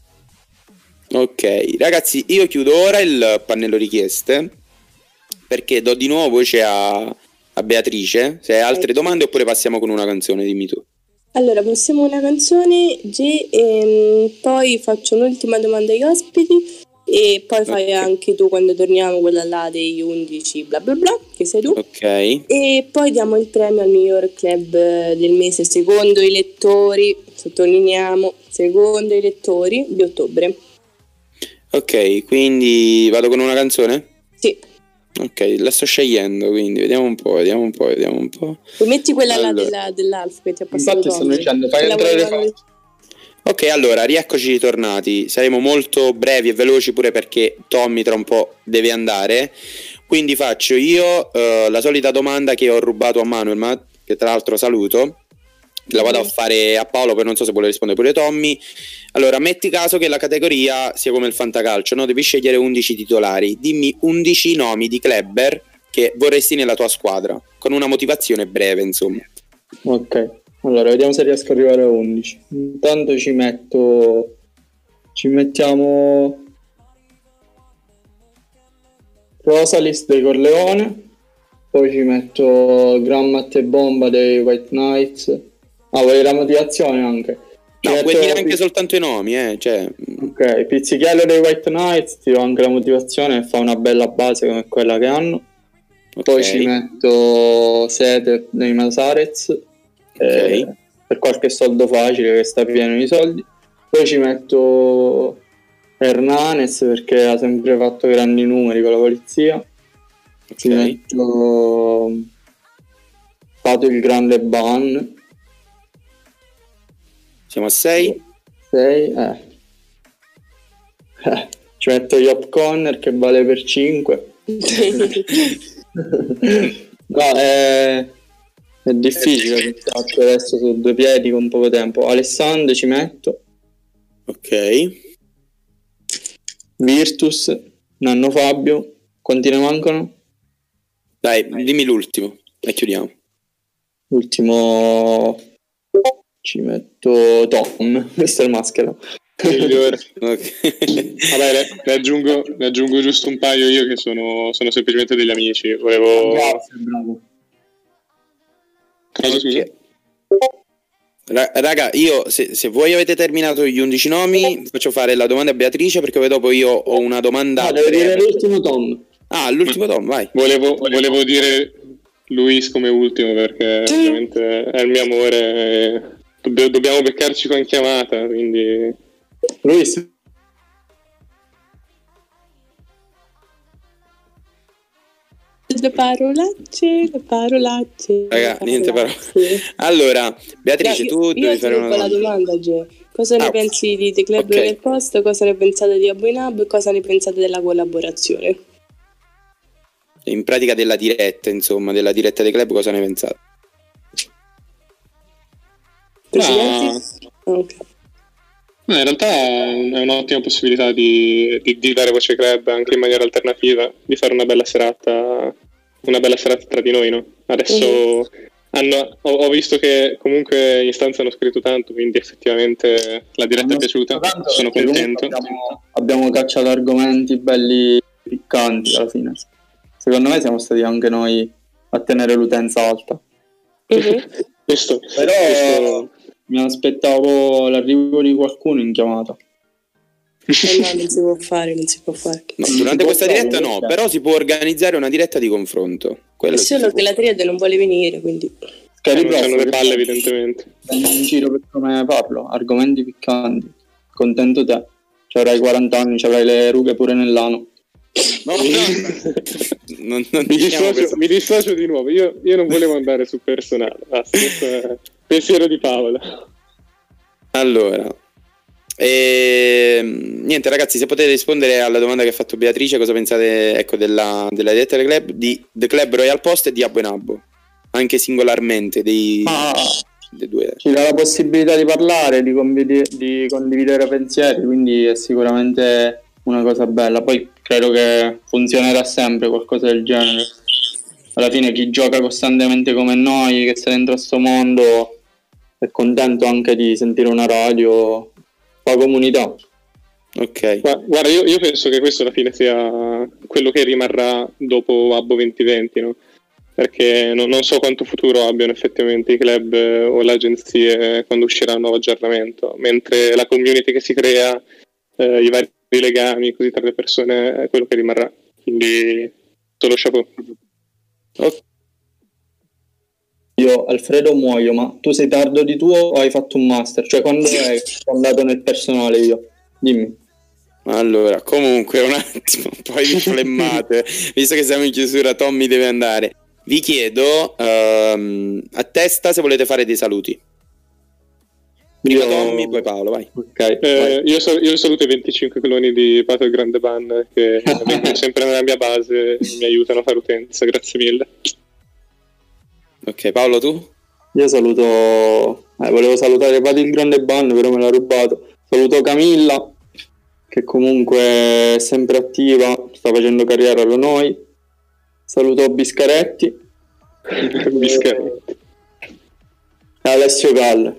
Ok, ragazzi, io chiudo ora il pannello richieste perché do di nuovo voce a, a Beatrice. Se hai altre domande oppure passiamo con una canzone, dimmi tu. Allora, passiamo una canzone, G, e poi faccio un'ultima domanda agli ospiti e poi fai Ok. anche tu quando torniamo quella là degli undici bla bla bla, che sei tu. Ok, E poi diamo il premio al miglior club eh, del mese secondo i lettori, sottolineiamo, secondo i lettori di ottobre. ok, quindi vado con una canzone? Sì, Ok, la sto scegliendo, quindi vediamo un po', vediamo un po', vediamo un po'. poi metti quella là Allora. della, dell'Alf che ti ha passato. Infatti stanno Tommy. dicendo, fai Quella entrare volevamo- Fausto. Ok, allora, rieccoci ritornati. Saremo molto brevi e veloci pure perché Tommy tra un po' deve andare. Quindi faccio io eh, la solita domanda che ho rubato a Manuel, ma che tra l'altro saluto. La vado a fare a Paolo, poi non so se vuole rispondere pure Tommy. Allora, metti caso che la categoria sia come il fantacalcio, no? Devi scegliere undici titolari. Dimmi undici nomi di clubber che vorresti nella tua squadra, con una motivazione breve, insomma. Ok, allora vediamo se riesco ad arrivare a undici. Intanto ci metto... Ci mettiamo... Rosalis dei Corleone. Poi ci metto Grammat e Bomba dei White Knights. Ah, vuoi la motivazione anche? Ci No, puoi metto dire anche Pi- soltanto i nomi, eh, cioè... Ok, Pizzichiello dei White Knights, ti do anche la motivazione e fa una bella base come quella che hanno. ok. Poi ci metto Sete dei Masarez, eh, per qualche soldo facile che sta pieno di soldi. Poi ci metto Hernanes perché ha sempre fatto grandi numeri con la polizia. Ci Ok. metto Pato il Grande Ban. Siamo a sei. sei, eh. Eh, ci metto Yop Conner che vale per cinque. No, è, è difficile pensarci adesso su due piedi con poco tempo. Alessandro ci metto, Ok. Virtus, Nanno Fabio, quanti ne mancano? Dai, dimmi l'ultimo e chiudiamo. L'ultimo ci metto Tom, mister Maschera. Migliore. Ok. Vabbè, ne, ne aggiungo, ne aggiungo giusto un paio io che sono, sono semplicemente degli amici. Volevo, Grazie, bravo. Cosa, scusa? Raga, io se, se voi avete terminato gli undici nomi, faccio fare la domanda a Beatrice, perché poi dopo io ho una domanda. No, devo dire l'ultimo Tom. Ah, l'ultimo Tom, vai. Volevo, volevo dire Luis come ultimo, perché ovviamente è il mio amore. E dobb- dobbiamo beccarci con chiamata, quindi. Luis. Le parolacce, le parolacce. Raga, le niente parole. parolacce. Allora, Beatrice, No, tu io, devi io fare ti una dico la domanda. domanda, Gio. Cosa ne Ah, pensi di The Club ok. del Post? Cosa ne pensate di Aboinab? E cosa ne pensate della collaborazione? In pratica della diretta, insomma, della diretta dei club, cosa ne pensate? Presidenti? Ma- Ah, ok. No, in realtà è un'ottima possibilità di, di, di dare voce ai club anche in maniera alternativa, di fare una bella serata, una bella serata tra di noi, no? Adesso hanno, ho, ho visto che comunque in stanza hanno scritto tanto, quindi effettivamente la diretta è piaciuta, Tanto sono perché contento. comunque Abbiamo, abbiamo cacciato argomenti belli piccanti alla fine. Secondo me siamo stati anche noi a tenere l'utenza alta. Mhm. Questo, Però questo- mi aspettavo l'arrivo di qualcuno in chiamata. Eh no, non si può fare, non si può fare. No, Non durante si questa può fare, diretta no, perché- però si può organizzare una diretta di confronto. Quello È sì solo si che può. la triade non vuole venire, quindi... Scary non Prof, c'hanno le che palle fai? evidentemente. Prendi in giro per come parlo, argomenti piccanti. Contento te. Ci avrai quaranta anni, ci avrai le rughe pure nell'ano. No, no, non, non Mi diciamo dissocio, questo. mi dissocio di nuovo, io, io non volevo andare sul personale, basta, questo è pensiero di Paola. Allora, ehm, niente ragazzi, se potete rispondere alla domanda che ha fatto Beatrice, cosa pensate, ecco, della, della diretta del club, di The Club Royal Post e di Abbo e Nabbo, anche singolarmente dei, Ma dei due. ci dà la possibilità di parlare, di, convidi- di condividere pensieri, quindi è sicuramente una cosa bella. Poi credo che funzionerà sempre qualcosa del genere. Alla fine chi gioca costantemente come noi, che sta dentro a sto mondo, è contento anche di sentire una radio, fa comunità. Ok, Gua- Guarda, io, io penso che questo alla fine sia quello che rimarrà dopo Abbo duemilaventi, no? Perché non, non so quanto futuro abbiano effettivamente i club eh, o le agenzie quando uscirà il nuovo aggiornamento, mentre la community che si crea, eh, i vari legami così tra le persone è quello che rimarrà. Quindi solo chapeau. ok. Io, Alfredo, muoio, ma tu sei tardo di tuo o hai fatto un master? Cioè, quando è che sono andato nel personale io? Dimmi. Allora, comunque un attimo, poi di flemmate, visto che siamo in chiusura, Tommy deve andare. Vi chiedo ehm, a testa se volete fare dei saluti. Prima Io- Tommy, poi Paolo, vai. Ok, Eh, vai. io, sal- io saluto i venticinque cloni di Pato il Grande Ban che vengono sempre nella mia base e mi aiutano a fare utenza, grazie mille. Ok, Paolo, tu? Io saluto, eh, volevo salutare Pati il Grande Ban, però me l'ha rubato. Saluto Camilla, che comunque è sempre attiva, sta facendo carriera da noi. Saluto Biscaretti Biscaretti. e Alessio Galle.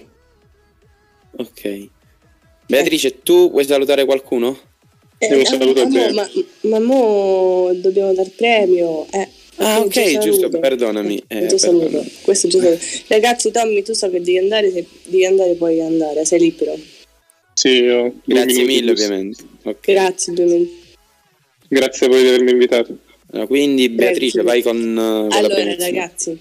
Ok. Beatrice, tu vuoi salutare qualcuno? Io un saluto a ah, te. mo, ma, ma mo dobbiamo dar premio. Eh, Ah, quindi ok, già giusto, saluto. perdonami, Eh, eh, già saluto. perdonami. Questo già saluto. Ragazzi, Tommy, tu so che devi andare, se devi andare puoi andare, sei libero. Sì, io, due Grazie minuti, mille, giusto. ovviamente. Ok. Grazie, due minuti. Grazie a voi di avermi invitato. Allora, quindi Beatrice, Prego, vai con, eh, con la Allora, premiazione. ragazzi,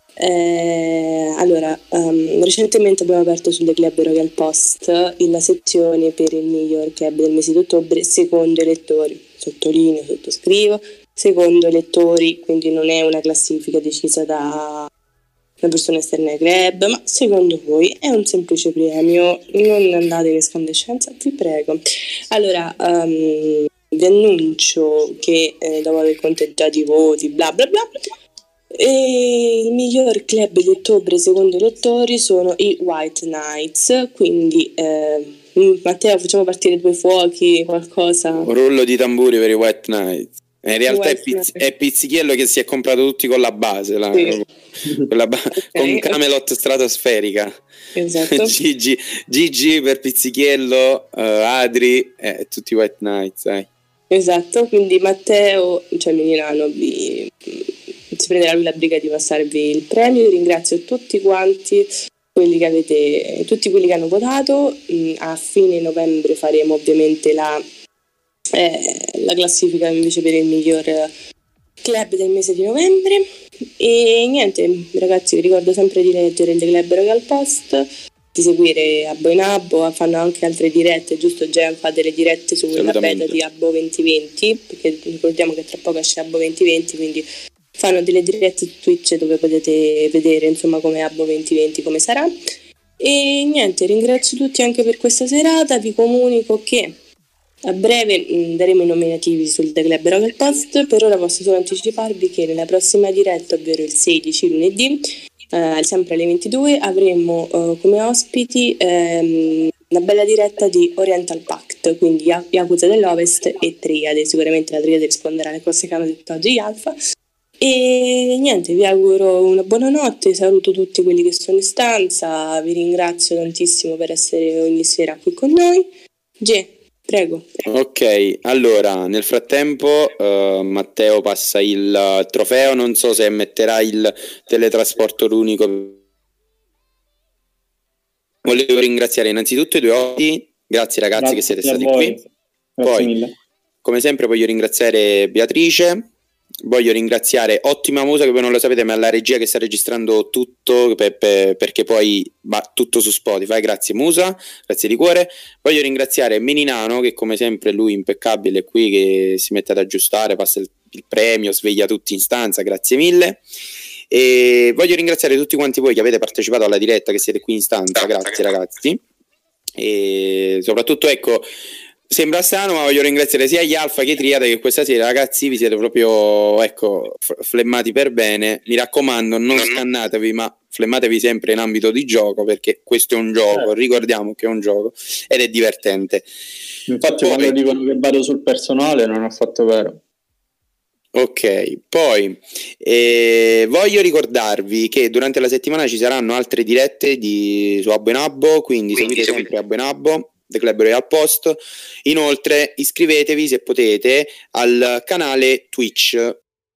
eh, allora, ehm, recentemente abbiamo aperto sulle Club Royal Post la sezione per il miglior club del mese di ottobre secondo i lettori. Sottolineo, sottoscrivo, secondo i lettori, quindi non è una classifica decisa da una persona esterna ai club, ma secondo voi è un semplice premio, non andate in escandescenza, vi prego. Allora, ehm, vi annuncio che eh, dopo aver conteggiato i voti, bla bla bla, e il miglior club di ottobre secondo i lettori sono i White Knights, quindi eh, Matteo, facciamo partire due fuochi, qualcosa. Un rullo di tamburi per i White Knights. Eh, In realtà è, White Pizz- Knight. è Pizzichiello che si è comprato tutti con la base, la- Sì. con, la ba- con Camelot stratosferica. Esatto. Gigi, Gigi per Pizzichiello, eh, Adri e eh, tutti i White Knights. Eh. Esatto, quindi Matteo, cioè Milano, vi, si prenderà lui la briga di passarvi il premio. Io ringrazio tutti quanti quelli che avete, tutti quelli che hanno votato. A fine novembre faremo ovviamente la, eh, la classifica invece per il miglior club del mese di novembre. E niente, ragazzi, vi ricordo sempre di leggere il The Club Royal Post, di seguire Abbo in Abbo, fanno anche altre dirette, giusto? Gian fa delle dirette sulla beta di Abbo duemilaventi, perché ricordiamo che tra poco esce Abbo duemilaventi, quindi fanno delle dirette su Twitch dove potete vedere insomma come Abbo duemilaventi come sarà. E niente, ringrazio tutti anche per questa serata. Vi comunico che a breve mh, daremo i nominativi sul The Club Royal Post. Per ora posso solo anticiparvi che nella prossima diretta, ovvero il sedici lunedì, eh, sempre alle ventidue, avremo eh, come ospiti ehm, una bella diretta di Oriental Pact, quindi Yakuza dell'Ovest e Triade. Sicuramente la Triade risponderà alle cose che hanno detto oggi gli Alfa. E niente, vi auguro una buona notte, saluto tutti quelli che sono in stanza, vi ringrazio tantissimo per essere ogni sera qui con noi. Ge, prego. Ok, allora nel frattempo uh, Matteo passa il trofeo, non so se metterà il teletrasporto unico. Volevo ringraziare innanzitutto i due ospiti, grazie ragazzi grazie che siete stati qui. Grazie Poi, mille. Come sempre voglio ringraziare Beatrice. Voglio ringraziare Ottima Musa, che voi non lo sapete ma è la regia che sta registrando tutto per, per, perché poi va tutto su Spotify. Grazie Musa, grazie di cuore. Voglio ringraziare Meninano, che come sempre lui impeccabile qui, che si mette ad aggiustare, passa il, il premio, sveglia tutti in stanza, grazie mille. E voglio ringraziare tutti quanti voi che avete partecipato alla diretta, che siete qui in stanza, grazie ragazzi. E soprattutto ecco, sembra strano ma voglio ringraziare sia gli Alfa che i Triade, che questa sera ragazzi vi siete proprio ecco f- flemmati per bene. Mi raccomando, non scannatevi, ma flemmatevi sempre in ambito di gioco, perché questo è un gioco, ricordiamo che è un gioco ed è divertente. Infatti poi, quando dicono che vado sul personale non è affatto vero. Ok, poi eh, voglio ricordarvi che durante la settimana ci saranno altre dirette di, su Abbo in Abbo, quindi, quindi seguite sempre Abbo in Abbo, The Club Royal Post. Inoltre iscrivetevi se potete al canale Twitch